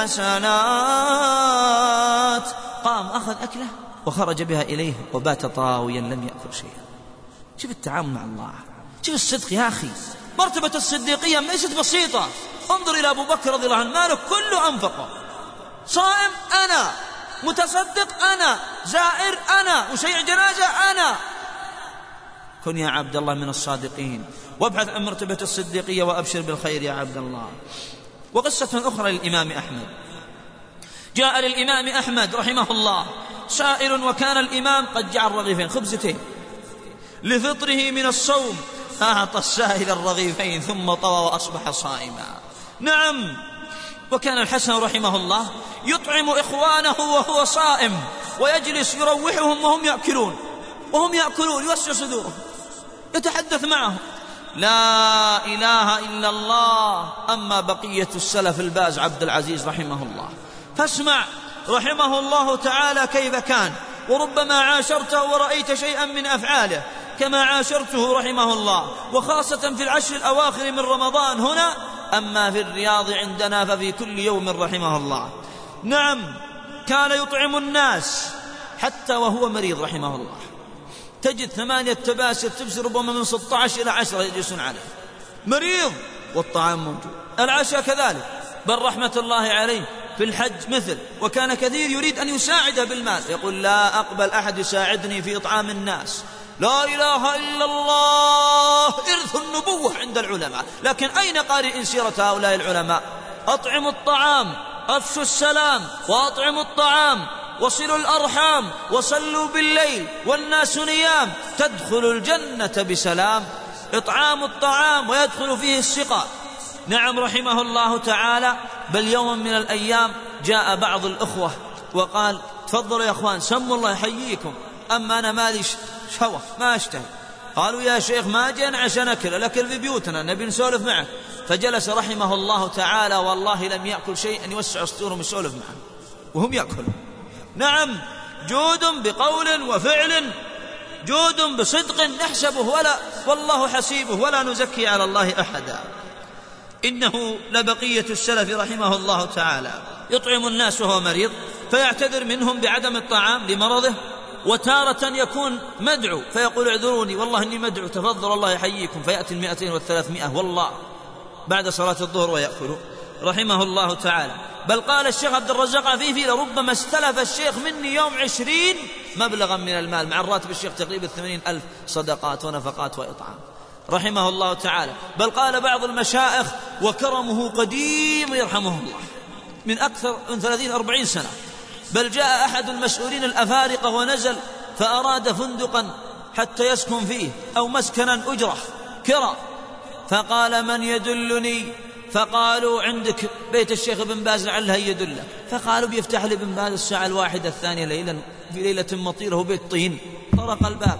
الحسنات. قام أخذ أكله وخرج بها إليه وبات طاويا لم يأكل شيئا. شوف التعامل مع الله، شوف الصدق يا أخي. مرتبة الصديقية ليست بسيطة. انظر إلى أبو بكر رضي الله عنه، ماله كله أنفقه. صائم أنا، متصدق أنا، زائر أنا، وشيع جنازة أنا. كن يا عبد الله من الصادقين، وابحث عن مرتبة الصديقية وأبشر بالخير يا عبد الله. وقصة أخرى للإمام أحمد. جاء للإمام أحمد رحمه الله سائل، وكان الإمام قد جعل رغيفين خبزتين لفطره من الصوم، أعطى السائل الرغيفين ثم طوى وأصبح صائما. نعم، وكان الحسن رحمه الله يطعم إخوانه وهو صائم، ويجلس يروحهم وهم يأكلون وهم يأكلون يوسع صدورهم، يتحدث معهم. لا إله إلا الله. أما بقية السلف الباز عبد العزيز رحمه الله، فاسمع رحمه الله تعالى كيف كان، وربما عاشرته ورأيت شيئا من أفعاله كما عاشرته رحمه الله، وخاصة في العشر الأواخر من رمضان هنا. أما في الرياض عندنا ففي كل يوم رحمه الله. نعم، كان يطعم الناس حتى وهو مريض رحمه الله. تجد ثمانية تباسر تبسر ربما من ستة عشر إلى عشرة يجلسون عليه، مريض والطعام موجود. العشاء كذلك، بل رحمة الله عليه في الحج مثل، وكان كثير يريد أن يساعده بالمال، يقول: لا أقبل أحد يساعدني في إطعام الناس. لا إله إلا الله، إرث النبوة عند العلماء. لكن أين قارئ سيرة هؤلاء العلماء؟ أطعموا الطعام، أفشوا السلام، وأطعموا الطعام، وصلوا الأرحام، وصلوا بالليل والناس نيام، تدخل الجنة بسلام. إطعام الطعام ويدخل فيه السقاء. نعم رحمه الله تعالى. بل يوم من الأيام جاء بعض الأخوة وقال: تفضلوا يا أخوان، سموا الله يحييكم، أما أنا مالي شهوة ما أشتهي. قالوا: يا شيخ ما جينا عشان أكل، الأكل في بيوتنا، نبي نسولف معك. فجلس رحمه الله تعالى، والله لم يأكل شيئا يوسع صدورهم يسولف معه وهم يأكلون. نعم، جود بقول وفعل، جود بصدق نحسبه ولا والله حسيبه، ولا نزكي على الله أحدا. إنه لبقية السلف رحمه الله تعالى يطعم الناس وهو مريض، فيعتذر منهم بعدم الطعام لمرضه، وتارة يكون مدعو فيقول: اعذروني والله إني مدعو، تفضل الله يحييكم، فيأتي المئتين والثلاثمائة والله بعد صلاة الظهر ويأكل رحمه الله تعالى. بل قال الشيخ عبد الرزاق عفيفي: لربما استلف الشيخ مني يوم عشرين مبلغا من المال، مع الراتب الشيخ تقريبا ثمانين ألف صدقات ونفقات وإطعام رحمه الله تعالى. بل قال بعض المشائخ: وكرمه قديم يرحمه الله، من أكثر من ثلاثين أربعين سنة. بل جاء أحد المسؤولين الأفارقة ونزل فأراد فندقا حتى يسكن فيه أو مسكنا أجرة كرة، فقال: من يدلني؟ فقالوا: عندك بيت الشيخ ابن باز لعلها يدلك. فقالوا: بيفتح لي ابن باز الساعة الواحدة الثانية ليلا في ليلة مطيرة وبيت طين. طرق الباب،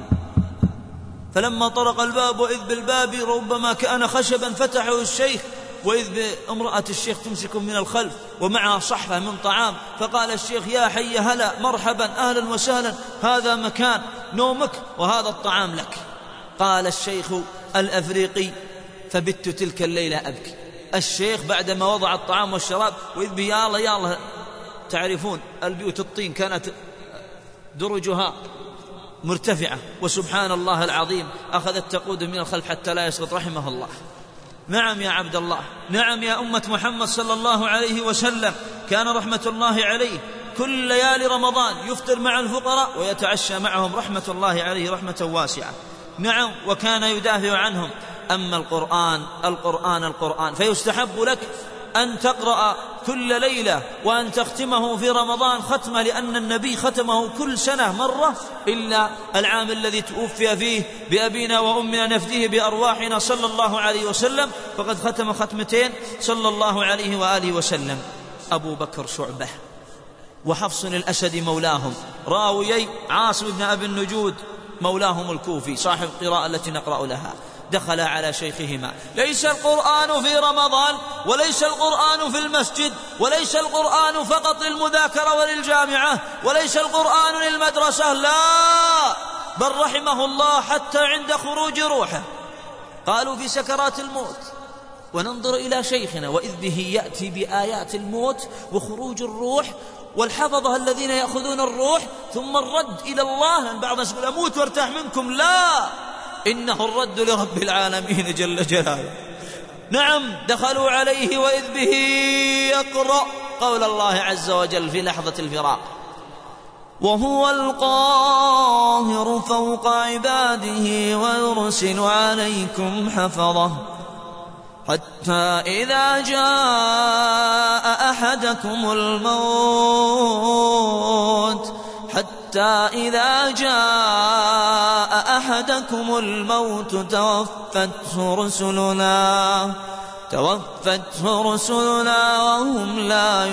فلما طرق الباب وإذ بالباب ربما كان خشبا فتحه الشيخ، وإذ بامرأة الشيخ تمسك من الخلف ومعها صحفة من طعام. فقال الشيخ: يا حي هلا مرحبا أهلا وسهلا، هذا مكان نومك وهذا الطعام لك. قال الشيخ الأفريقي: فبت تلك الليلة أبكي. الشيخ بعدما وضع الطعام والشراب، وإذ بي يا الله يا الله، تعرفون البيوت الطين كانت درجها مرتفعة، وسبحان الله العظيم أخذت تقود من الخلف حتى لا يسقط رحمه الله. نعم يا عبد الله، نعم يا أمة محمد صلى الله عليه وسلم. كان رحمة الله عليه كل ليالي رمضان يفطر مع الفقراء ويتعشى معهم رحمة الله عليه رحمة واسعة. نعم، وكان يدافع عنهم. أما القرآن القرآن القرآن فيستحب لك أن تقرأ كل ليلة وأن تختمه في رمضان ختمة، لأن النبي ختمه كل سنة مرة إلا العام الذي توفي فيه بأبينا وأمنا نفديه بأرواحنا صلى الله عليه وسلم، فقد ختم ختمتين صلى الله عليه وآله وسلم. أبو بكر شعبة وحفص الأسد مولاهم، راويي عاصم بن أبي النجود مولاهم الكوفي صاحب القراءة التي نقرأ لها، دخل على شيخهما: ليس القرآن في رمضان، وليس القرآن في المسجد، وليس القرآن فقط للمذاكرة وللجامعة، وليس القرآن للمدرسة، لا، بل رحمه الله حتى عند خروج روحه، قالوا في سكرات الموت. وننظر إلى شيخنا وإذ به يأتي بآيات الموت وخروج الروح والحفظة الذين يأخذون الروح ثم الرد إلى الله، لأن بعض الناس يقول أموت وارتاح منكم، لا، إنه الرد لرب العالمين جل جلاله. نعم، دخلوا عليه وإذ به يقرأ قول الله عز وجل في لحظة الفراق: وهو القاهر فوق عباده ويرسل عليكم حفظه حتى إذا جاء أحدكم الموت حتى إذا جاء أحدكم الموت توفته رسلنا توفته رسلنا وهم لا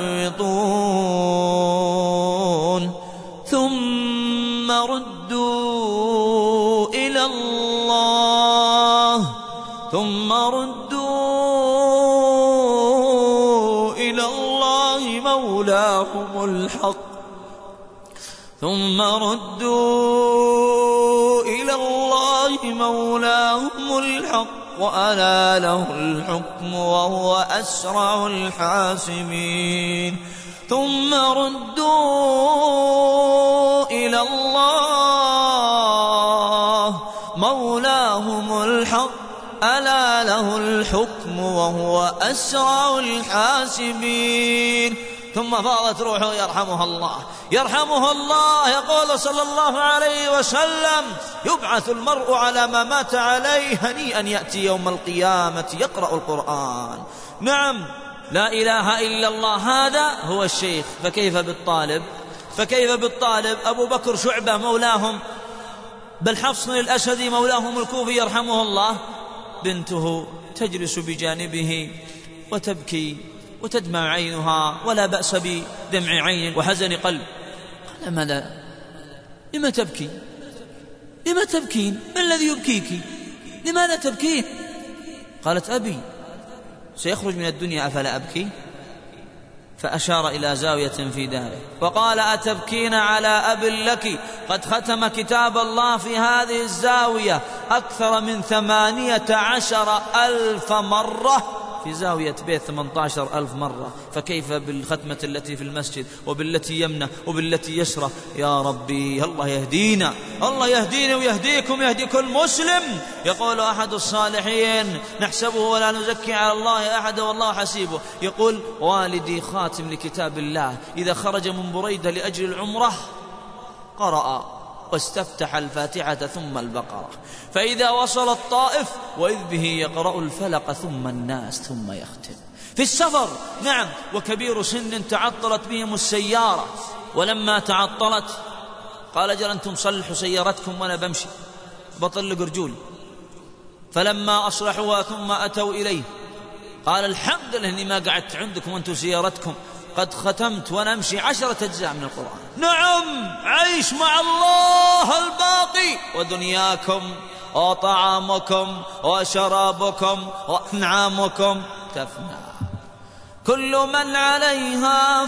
يفرطون ثم ردوا إلى الله ثم ردوا إلى الله مولاهم الحق ثم ردوا إلى الله مولاهم الحق وألا له الحكم وهو أسرع الحاسبين ثم ردوا إلى الله مولاهم الحق ألا له الحكم وهو أسرع الحاسبين. ثم فاضت روحه يرحمها الله يرحمه الله يقول صلى الله عليه وسلم: يبعث المرء على ما مات عليه هنيئا يأتي يوم القيامة يقرأ القرآن. نعم، لا إله إلا الله، هذا هو الشيخ. فكيف بالطالب فكيف بالطالب أبو بكر شعبة مولاهم، بل حفص الأسدي مولاهم الكوفي يرحمه الله، بنته تجلس بجانبه وتبكي وتدمع عينها ولا بأس بدمع عين وحزن قلب. قال: ماذا؟ لما تبكي؟ لما تبكين؟ ما الذي يبكيك؟ لماذا تبكين؟ قالت: أبي سيخرج من الدنيا أفلا أبكي؟ فأشار إلى زاوية في داره وقال: أتبكين على أب لك قد ختم كتاب الله في هذه الزاوية أكثر من ثمانية عشر ألف مرة، في زاوية بيت ثمانية عشر ألف مرة، فكيف بالختمة التي في المسجد وبالتي يمنى وبالتي يسرى؟ يا ربي الله يهدينا، الله يهدينا ويهديكم يهدي كل مسلم. يقول أحد الصالحين نحسبه ولا نزكي على الله أحد والله حسيبه، يقول: والدي خاتم لكتاب الله إذا خرج من بريدة لأجل العمرة قرأ واستفتح الفاتحة ثم البقرة، فإذا وصل الطائف وإذ به يقرأ الفلق ثم الناس ثم يختم. في السفر، نعم، وكبير سن تعطلت بهم السيارة، ولما تعطلت قال: أجل أنتم صلحوا سيارتكم وأنا بمشي بطلق رجول. فلما أصلحوها ثم أتوا إليه قال: الحمد لله أني ما قعدت عندكم وأنتم سيارتكم قد ختمت وأنا أمشي عشرة أجزاء من القرآن. نعم، عيش مع الله الباقي، ودنياكم وطعامكم وشرابكم وأنعامكم تفنى، كل من عليها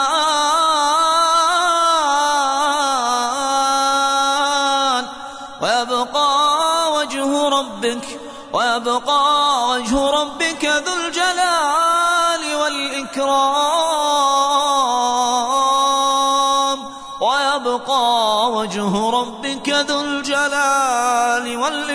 فان ويبقى وجه ربك ويبقى وجه ربك ذو الجلال والإكرام ويبقى وجه ربك ذو الجلال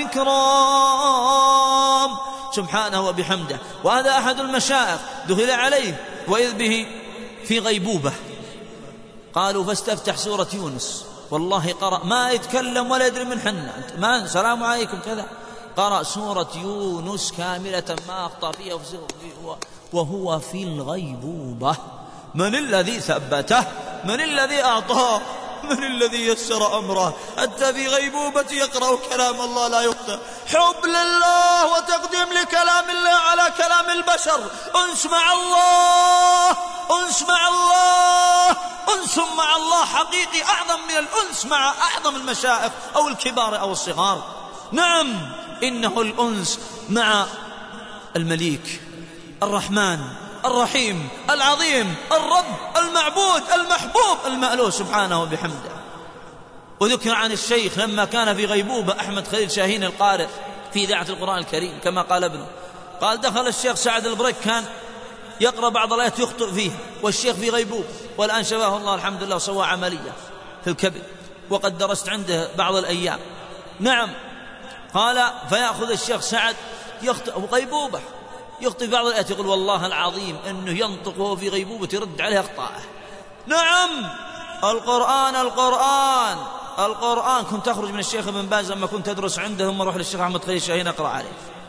والإكرام سبحانه وبحمده. وهذا أحد المشايخ دخل عليه وإذ به في غيبوبة، قالوا: فاستفتح سورة يونس والله قرأ ما يتكلم ولا يدري من حنا، ما السلام عليكم كذا، قرأ سورة يونس كاملة ما أخطأ فيها وهو في الغيبوبة. من الذي ثبته؟ من الذي أعطاه؟ من الذي يسر أمره حتى في غيبوبة يقرأ كلام الله لا يخطئ؟ حب لله وتقديم لكلام الله على كلام البشر، أنس مع الله، أنس مع الله، أنس مع الله حقيقي أعظم من الأنس مع أعظم المشايخ أو الكبار أو الصغار. نعم إنه الأنس مع المليك الرحمن الرحيم العظيم الرب المعبود المحبوب المألوه سبحانه وبحمده. وذكر عن الشيخ لما كان في غيبوبة أحمد خليل شاهين القارئ في إذاعة القرآن الكريم كما قال ابنه، قال دخل الشيخ سعد البريك كان يقرأ بعض الآيات يخطئ فيها والشيخ في غيبوبة، والآن شفاه الله الحمد لله وسوى عملية في الكبد وقد درست عنده بعض الأيام. نعم قال فيأخذ الشيخ سعد يخطئ غيبوبة يخطئ بعض الآيات يقول والله العظيم أنه ينطق وهو في غيبوبة يرد عليه أخطاءه. نعم القرآن القرآن القرآن كنت أخرج من الشيخ ابن باز لما كنت أدرس عنده ثم أروح للشيخ أحمد خليل شاهين أقرأ عليه.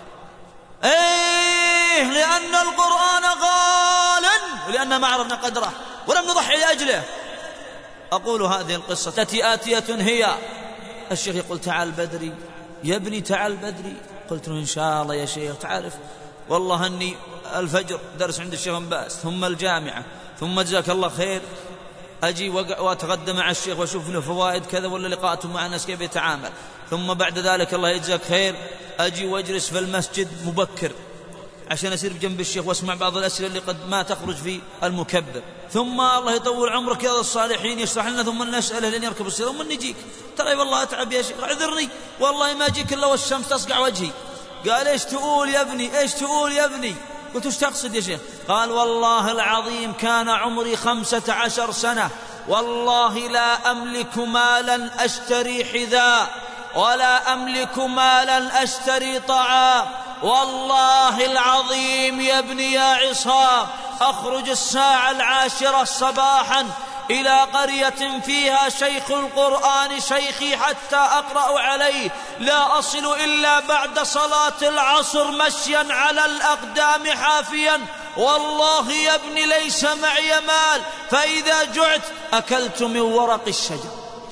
إيه لأن القرآن غال ولأن ما عرفنا قدره ولم نضحي لأجله. أقول هذه القصة التي آتية هي الشيخ يقول تعال بدري يا ابني تعال بدري، قلت له إن شاء الله يا شيخ. تعرف والله أني الفجر درس عند الشيخ ابن باز ثم الجامعة ثم جزاك الله خير أجي وأتغدى مع الشيخ وأشوف له فوائد كذا ولا لقاءته مع الناس كيف يتعامل، ثم بعد ذلك الله يجزاك خير أجي وأجلس في المسجد مبكر عشان أسير بجنب الشيخ وأسمع بعض الأسئلة اللي قد ما تخرج في المكبر، ثم الله يطول عمرك يا الصالحين يشرح لنا ثم نسأله لين يركب السيارة ثم نجيك. ترى والله أتعب يا شيخ عذرني والله ما أجيك إلا والشمس تصقع وجهي. قال إيش تقول يا ابني إيش تقول يا ابني؟ قلت إيش تقصد يا شيخ؟ قال والله العظيم كان عمري خمسة عشر سنة والله لا أملك مالا أشتري حذاء ولا أملك مالا أشتري طعام، والله العظيم يا ابني يا عصام أخرج الساعة العاشرة صباحا إلى قرية فيها شيخ القرآن شيخي حتى أقرأ عليه، لا أصل إلا بعد صلاة العصر مشيا على الأقدام حافيا، والله يا ابني ليس معي مال فإذا جعت أكلت من ورق الشجر.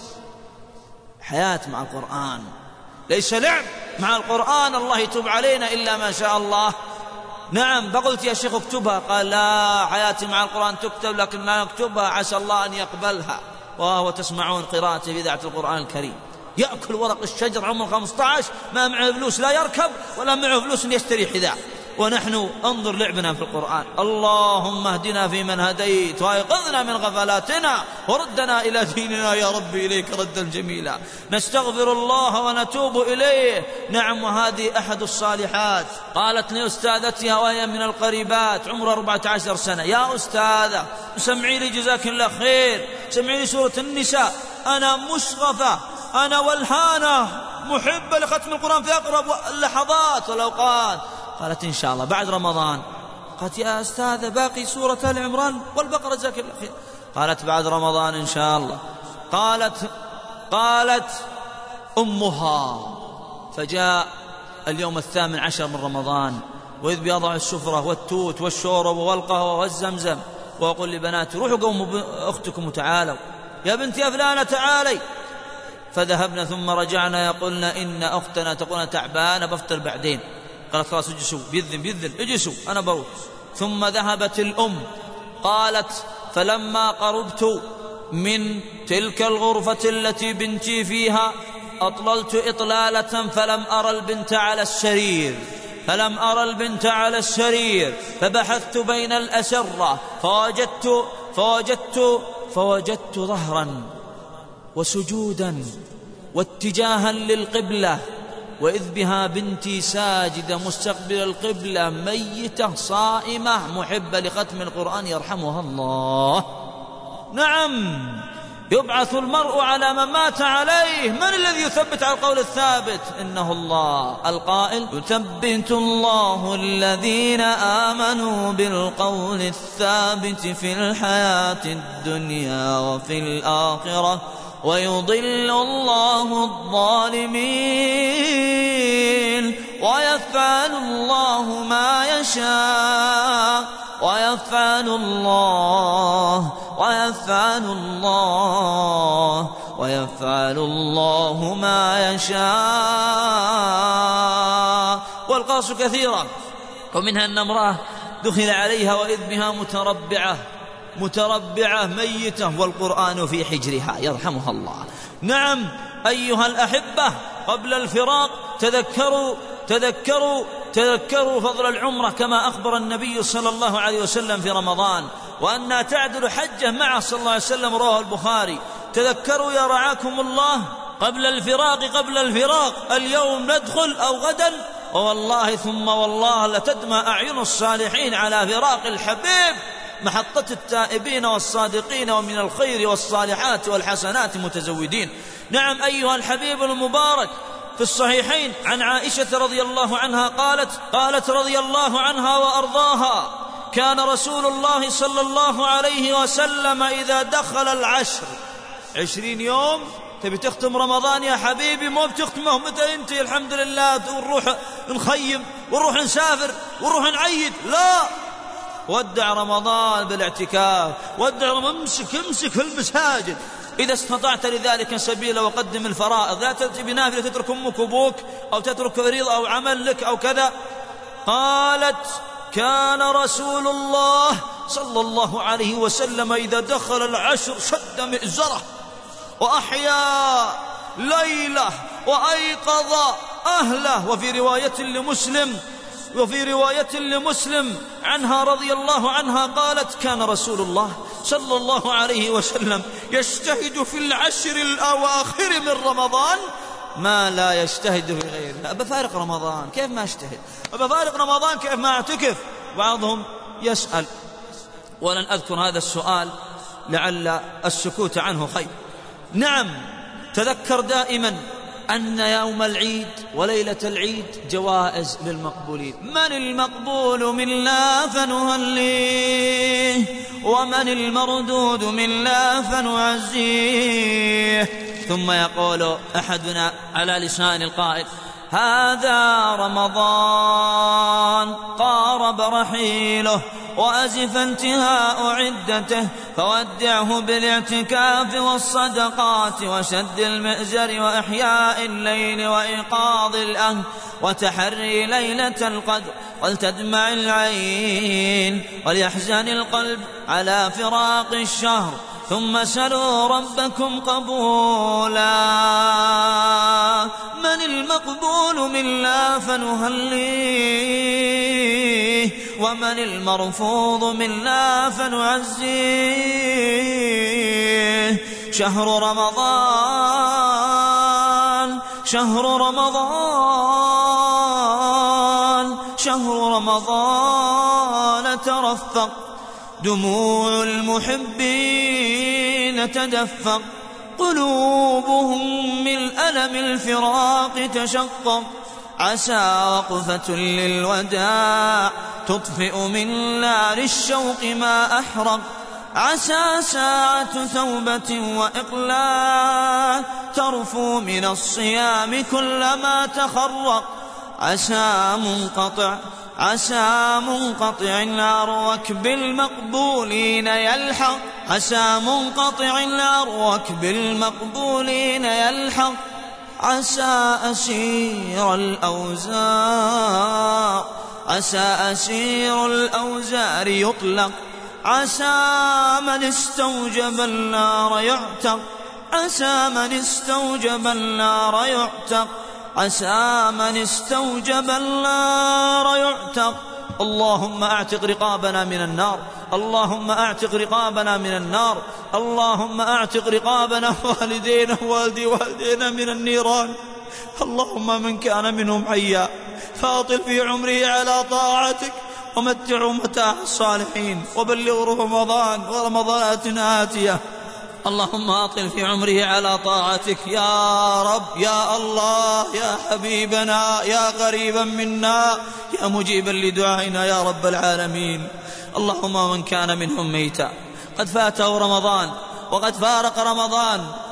حياة مع القرآن ليس لعب مع القرآن، الله يتوب علينا إلا ما شاء الله. نعم فقلت يا شيخ اكتبها، قال لا حياتي مع القرآن تكتب لكن ما اكتبها عسى الله أن يقبلها. وهو تسمعون قراءته في إذاعة القرآن الكريم يأكل ورق الشجر عمره خمسة عشر ما معه فلوس لا يركب ولا معه فلوس يشتري حذاء، ونحن انظر لعبنا في القرآن. اللهم اهدنا فيمن هديت وايقظنا من غفلاتنا وردنا إلى ديننا يا رب إليك ردا جميلا، نستغفر الله ونتوب إليه. نعم وهذه أحد الصالحات قالت لي أستاذتها وهي من القريبات عمرها أربعة عشر سنة يا أستاذة سمعي لي جزاك الله خير سمعي لي سورة النساء أنا مشغفة أنا والهانة محبة لختم القرآن في أقرب اللحظات والأوقات. قالت إن شاء الله بعد رمضان. قالت يا أستاذة باقي سورة آل عمران والبقرة جزاك الله خير. قالت بعد رمضان إن شاء الله. قالت قالت أمها فجاء اليوم الثامن عشر من رمضان وإذ بيضع السفرة والتوت والشورب والقهوة والزمزم وأقول لبناتي روحوا قوموا أختكم وتعالوا يا بنتي يا فلانة تعالي. فذهبنا ثم رجعنا يقولنا إن أختنا تقولنا تعبانة بفطر بعدين. قالت خلاص اجلسوا بيذن بيذن اجلسوا أنا بروح. ثم ذهبت الأم. قالت فلما قربت من تلك الغرفة التي بنتي فيها أطللت إطلالة فلم أرى البنت على السرير فلم أرى البنت على السرير فبحثت بين الأسرة فوجدت فوجدت فوجدت ظهرا وسجودا واتجاها للقبلة وإذ بها بنتي ساجدة مستقبل القبلة ميتة صائمة محبة لختم القرآن يرحمها الله. نعم يبعث المرء على من مات عليه. من الذي يثبت على القول الثابت؟ إنه الله القائل يثبت الله الذين آمنوا بالقول الثابت في الحياة الدنيا وفي الآخرة ويضل الله الظالمين ويفعل الله ما يشاء ويفعل الله ويفعل الله ويفعل الله ما يشاء. والقصص كثيرة، ومنها أن امرأة دخل عليها وإذ بها متربعة متربعة ميتة والقرآن في حجرها يرحمها الله. نعم أيها الأحبة، قبل الفراق تذكروا تذكروا تذكروا فضل العمرة كما أخبر النبي صلى الله عليه وسلم في رمضان، وأنها تعدل حجة معه صلى الله عليه وسلم، رواه البخاري. تذكروا يا رعاكم الله قبل الفراق قبل الفراق اليوم ندخل أو غدا، ووالله ثم والله لتدمى أعين الصالحين على فراق الحبيب، محطة التائبين والصادقين ومن الخير والصالحات والحسنات متزودين. نعم أيها الحبيب المبارك، في الصحيحين عن عائشة رضي الله عنها قالت قالت رضي الله عنها وأرضاها: كان رسول الله صلى الله عليه وسلم إذا دخل العشر عشرين يوم. تبي تختم رمضان يا حبيبي، مو بتختمه متى انت الحمد لله ونروح نخيم ونروح نسافر ونروح نعيد، لا، ودع رمضان بالاعتكاف، ودع رمضان، امسك امسك في المساجد إذا استطعت لذلك سبيلا، وقدم الفرائض، لا تأتي بنافلة تترك أمك وأبوك أو تترك فريضة أو عمل لك أو كذا. قالت: كان رسول الله صلى الله عليه وسلم إذا دخل العشر شد مئزره وأحيا ليله وأيقظ أهله. وفي رواية لمسلم وفي رواية لمسلم عنها رضي الله عنها قالت: كان رسول الله صلى الله عليه وسلم يجتهد في العشر الأواخر من رمضان ما لا يجتهد في غيره. بفارق رمضان كيف ما اجتهد؟ بفارق رمضان كيف ما اعتكف؟ بعضهم يسأل، ولن أذكر هذا السؤال لعل السكوت عنه خير. نعم، تذكر دائما أن يوم العيد وليلة العيد جوائز للمقبولين. من المقبول منا فنهليه، ومن المردود منا فنعزيه. ثم يقول أحدنا على لسان القائل: هذا رمضان قارب رحيله وأزف انتهاء عدته، فودعه بالاعتكاف والصدقات وشد المئزر وإحياء الليل وإيقاظ الأهل وتحري ليلة القدر، ولتدمع العين وليحزن القلب على فراق الشهر، ثم سلوا ربكم قبولا. من المقبول منا فنهليه، ومن المرفوض منا فنعزيه. شهر رمضان شهر رمضان شهر رمضان ترفق، دموع المحبين تدفق، قلوبهم من ألم الفراق تشقق. عسى وقفة للوداع تطفئ من نار الشوق ما أحرق، عسى ساعة توبة وإقلاع ترفو من الصيام كلما تخرق. عسى منقطع عسى منقطع الأروك بالمقبولين يلحق، عسى منقطع الأروك بالمقبولين يلحق. عسى أسير الأوزار عسى أسير الأوزار يطلق، عسى من استوجب النار يعتق، عسى من استوجب النار يعتق، عسى من استوجب النار يعتق. اللهم اعتق رقابنا من النار، اللهم اعتق رقابنا من النار، اللهم اعتق رقابنا والدينا والدي والدينا من النيران. اللهم من كان منهم حيا فاطل في عمره على طاعتك، ومتعوا متاع الصالحين، وبلغوا رمضان ورمضانات آتية. اللهم أطل في عمره على طاعتك يا رب يا الله يا حبيبنا يا قريبا منا يا مجيبا لدعائنا يا رب العالمين. اللهم من كان منهم ميتا قد فاته رمضان وقد فارق رمضان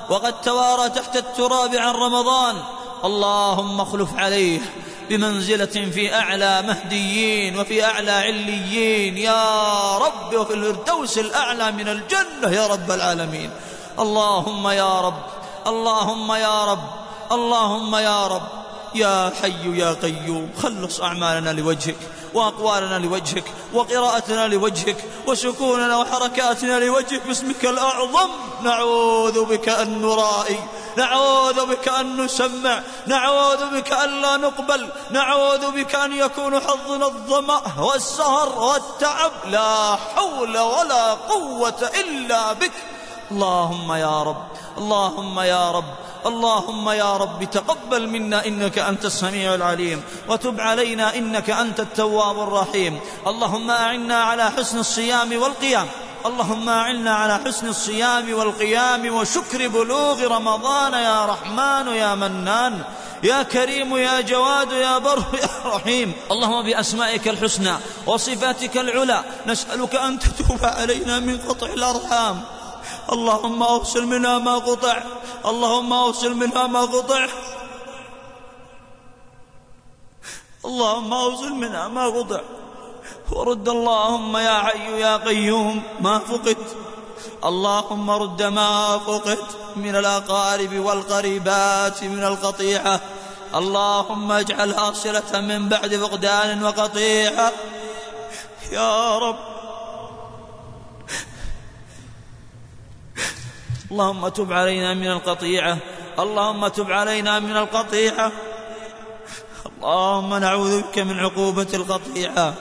وقد توارى تحت التراب عن رمضان. اللهم اخلف عليه بمنزلة في أعلى مهديين وفي أعلى عليين يا رب، وفي الفردوس الأعلى من الجنة يا رب العالمين. اللهم يا رب، اللهم يا رب، اللهم يا رب، يا حي يا قيوم، خلص أعمالنا لوجهك، وأقوالنا لوجهك، وقراءتنا لوجهك، وسكوننا وحركاتنا لوجهك باسمك الأعظم. نعوذ بك أن نرائي، نعوذ بك أن نسمع، نعوذ بك أن لا نقبل، نعوذ بك أن يكون حظنا الظمأ والسهر والتعب. لا حول ولا قوة إلا بك. اللهم يا رب، اللهم يا رب، اللهم يا رب تقبل منا إنك أنت السميع العليم، وتب علينا إنك أنت التواب الرحيم. اللهم أعنا على حسن الصيام والقيام، اللهم أعنا على حسن الصيام والقيام وشكر بلوغ رمضان يا رحمن يا منان يا كريم يا جواد يا بر يا رحيم. اللهم بأسمائك الحسنى وصفاتك العلى نسألك أن تتوب علينا من قطع الأرحام. اللهم أوصل منها ما قطع، اللهم أوصل منها ما قطع، اللهم أوصل منها ما قطع، ورد اللهم يا حي يا قيوم ما فقد، اللهم رد ما فقد من الأقارب والقريبات من القطيعة. اللهم اجعلها صلة من بعد فقدان وقطيعة يا رب. اللهم تب علينا من القطيعة، اللهم تب علينا من القطيعة. اللهم نعوذ بك من عقوبة القطيعة.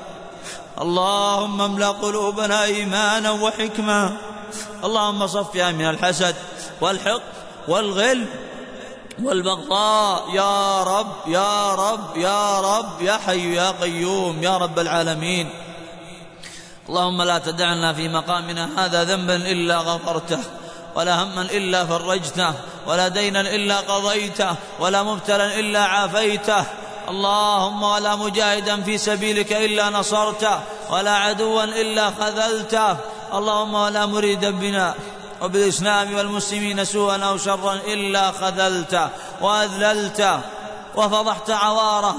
اللهم املأ قلوبنا إيمانا وحكمة. اللهم صفها من الحسد والحقد والغل والبغضاء يا رب يا رب يا رب يا حي يا قيوم يا رب العالمين. اللهم لا تدعنا في مقامنا هذا ذنبا إلا غفرته، ولا هما إلا فرجته، ولا دينا إلا قضيته، ولا مبتلا إلا عافيته. اللهم ولا مجاهدا في سبيلك إلا نصرته، ولا عدوا إلا خذلته. اللهم ولا مريدا بنا وبالإسلام والمسلمين سوءا أو شرا إلا خذلته وأذللته وفضحت عواره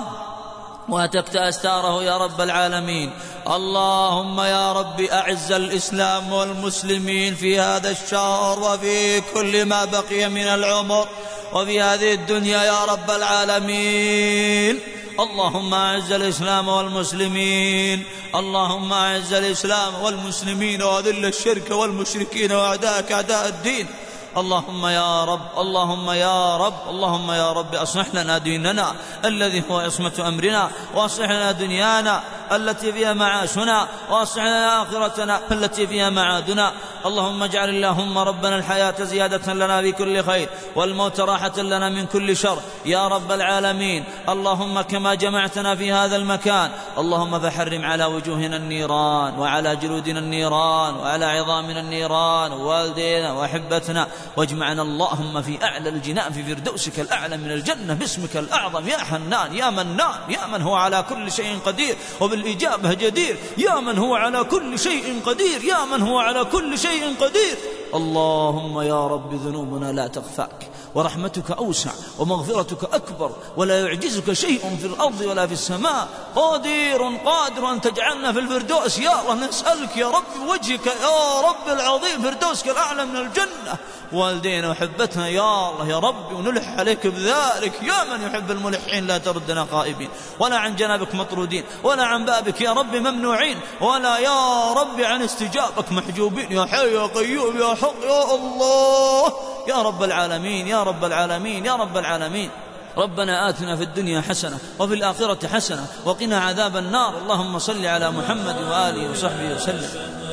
واتكت أستاره يا رب العالمين. اللهم يا رب أعز الإسلام والمسلمين في هذا الشهر وفي كل ما بقي من العمر وفي هذه الدنيا يا رب العالمين. اللهم أعز الإسلام والمسلمين، اللهم أعز الإسلام والمسلمين وأذل الشرك والمشركين وأعداءك أعداء الدين. اللهم يا رب، اللهم يا رب، اللهم يا رب أصلح لنا ديننا الذي هو عصمة أمرنا، وأصلح لنا دنيانا التي فيها معاشنا، وأصلح لنا آخرتنا التي فيها معادنا. اللهم اجعل اللهم ربنا الحياة زيادة لنا في كل خير، والموت راحة لنا من كل شر يا رب العالمين. اللهم كما جمعتنا في هذا المكان اللهم فحرم على وجوهنا النيران، وعلى جلودنا النيران، وعلى عظامنا النيران، ووالدينا وأحبتنا، واجمعنا اللهم في أعلى الجنان في فردوسك الأعلى من الجنة باسمك الأعظم يا حنان يا منان يا من هو على كل شيء قدير وبالإجابة جدير، يا من هو على كل شيء قدير، يا من هو على كل شيء قدير. اللهم يا رب ذنوبنا لا تخفاك، ورحمتك أوسع، ومغفرتك أكبر، ولا يعجزك شيء في الأرض ولا في السماء. قادر قادر أن تجعلنا في الفردوس يا الله. نسألك يا رب وجهك يا رب العظيم فردوسك الأعلى من الجنة. والدينا وحبتنا يا الله يا رب، ونلح عليك بذلك يا من يحب الملحين. لا تردنا خائبين، ولا عن جنابك مطرودين، ولا عن بابك يا رب ممنوعين، ولا يا رب عن استجابك محجوبين. يا حي يا قيوم يا حق يا الله يا رب العالمين يا رب العالمين يا رب العالمين. ربنا آتنا في الدنيا حسنة وفي الآخرة حسنة وقنا عذاب النار. اللهم صل على محمد وآله وصحبه وسلم.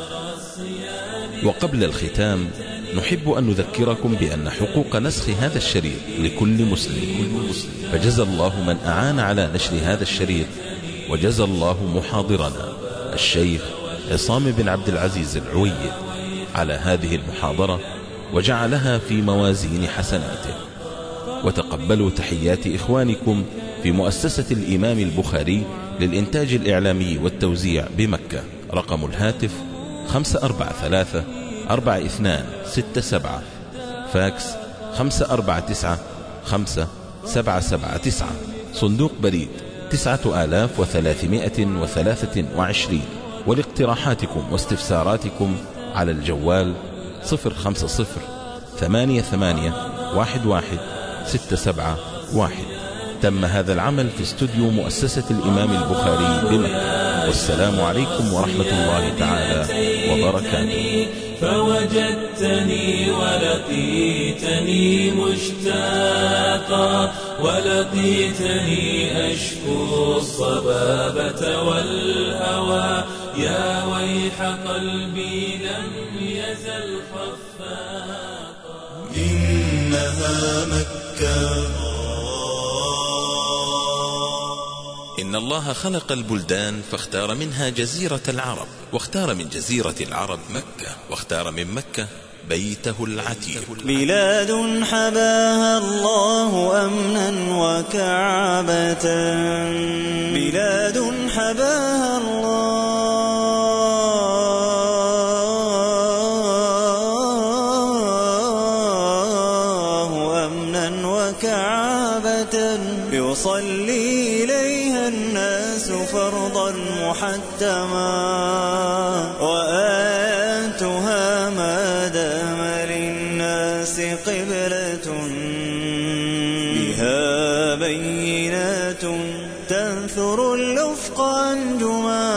وقبل الختام نحب أن نذكركم بأن حقوق نسخ هذا الشريط لكل مسلم، فجزى الله من أعان على نشر هذا الشريط، وجزى الله محاضرنا الشيخ عصام بن عبد العزيز العويد على هذه المحاضرة، وجعلها في موازين حسناته. وتقبلوا تحيات إخوانكم في مؤسسة الإمام البخاري للإنتاج الإعلامي والتوزيع بمكة. رقم الهاتف خمسة أربعة ثلاثة أربعة اثنان ستة سبعة، فاكس خمسة أربعة تسعة خمسة سبعة سبعة تسعة. صندوق بريد تسعة آلاف وثلاثمائة وثلاثة وعشرين. ولاقتراحاتكم واستفساراتكم على الجوال صفر خمسة صفر ثمانية ثمانية واحد واحد ستة سبعة واحد. تم هذا العمل في استوديو مؤسسة الإمام البخاري بمكة. والسلام عليكم ورحمة الله تعالى وبركاته. فوجدتني ولقيتني مشتاقا ولقيتني أشكو الصبابة والهوى. يا ويح قلبي لم يزل خفاقا. إنها مكة. إن الله خلق البلدان فاختار منها جزيرة العرب، واختار من جزيرة العرب مكة، واختار من مكة بيته العتيق. بلاد حباها الله أمنا وكعبة، بلاد حباها الله أمنا وكعبة، يصلي إليها الناس فرضا محتما، وآياتها ما دام للناس قبلة، بها بينات تنثر الأفق أنجما.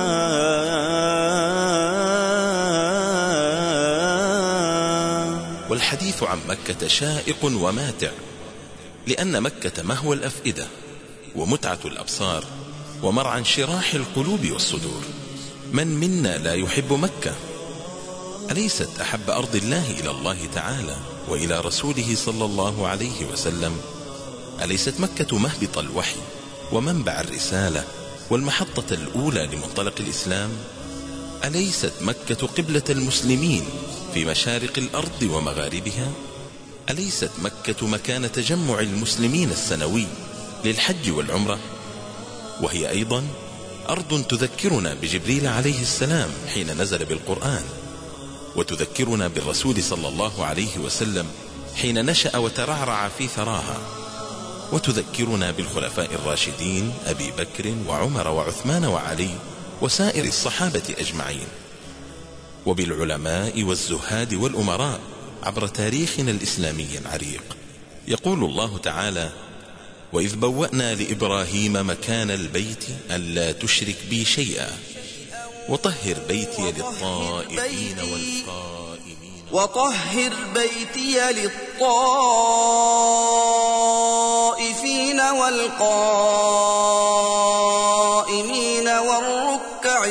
والحديث عن مكة شائق وماتع، لأن مكة مهوى الأفئدة ومتعة الأبصار ومرعى انشراح القلوب والصدور. من منا لا يحب مكة؟ أليست أحب أرض الله إلى الله تعالى وإلى رسوله صلى الله عليه وسلم؟ أليست مكة مهبط الوحي ومنبع الرسالة والمحطة الأولى لمنطلق الإسلام؟ أليست مكة قبلة المسلمين في مشارق الأرض ومغاربها؟ أليست مكة مكان تجمع المسلمين السنوي للحج والعمرة؟ وهي أيضا أرض تذكرنا بجبريل عليه السلام حين نزل بالقرآن، وتذكرنا بالرسول صلى الله عليه وسلم حين نشأ وترعرع في ثراها، وتذكرنا بالخلفاء الراشدين أبي بكر وعمر وعثمان وعلي وسائر الصحابة أجمعين، وبالعلماء والزهاد والأمراء عبر تاريخنا الإسلامي العريق. يقول الله تعالى: وإذ بوأنا لإبراهيم مكان البيت ألا تشرك بي شيئا وطهر بيتي للطائفين والقائمين وطهر بيتي للطائفين والقائمين والركع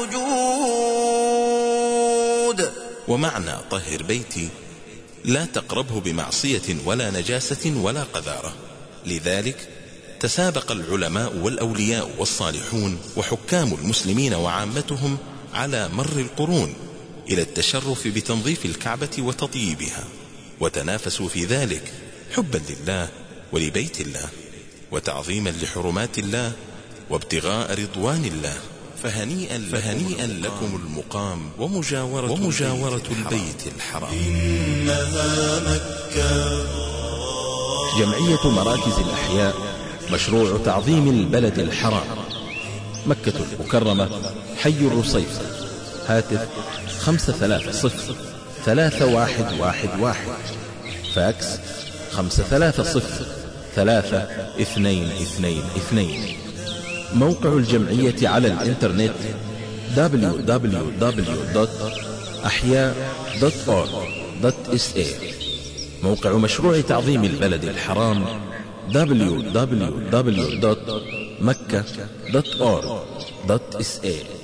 السجود. ومعنى طهر بيتي لا تقربه بمعصية ولا نجاسة ولا قذارة. لذلك تسابق العلماء والأولياء والصالحون وحكام المسلمين وعامتهم على مر القرون إلى التشرف بتنظيف الكعبة وتطييبها، وتنافسوا في ذلك حبا لله ولبيت الله وتعظيما لحرمات الله وابتغاء رضوان الله. فهنيئا, فهنيئا لكم المقام ومجاورة, ومجاورة البيت الحرام. إنها مكة. جمعية مراكز الأحياء مشروع تعظيم البلد الحرام مكة المكرمة، حي الرصيف. هاتف خمسة ثلاثة صفر ثلاثة واحد واحد واحد. فاكس خمسة ثلاثة صفر ثلاثة اثنين اثنين اثنين. موقع الجمعية على الإنترنت دبليو دبليو دبليو دوت أحياء دوت أورغ دوت إس إيه. موقع مشروع تعظيم البلد الحرام دبليو دبليو دبليو دوت مكة دوت أورغ دوت إس إيه.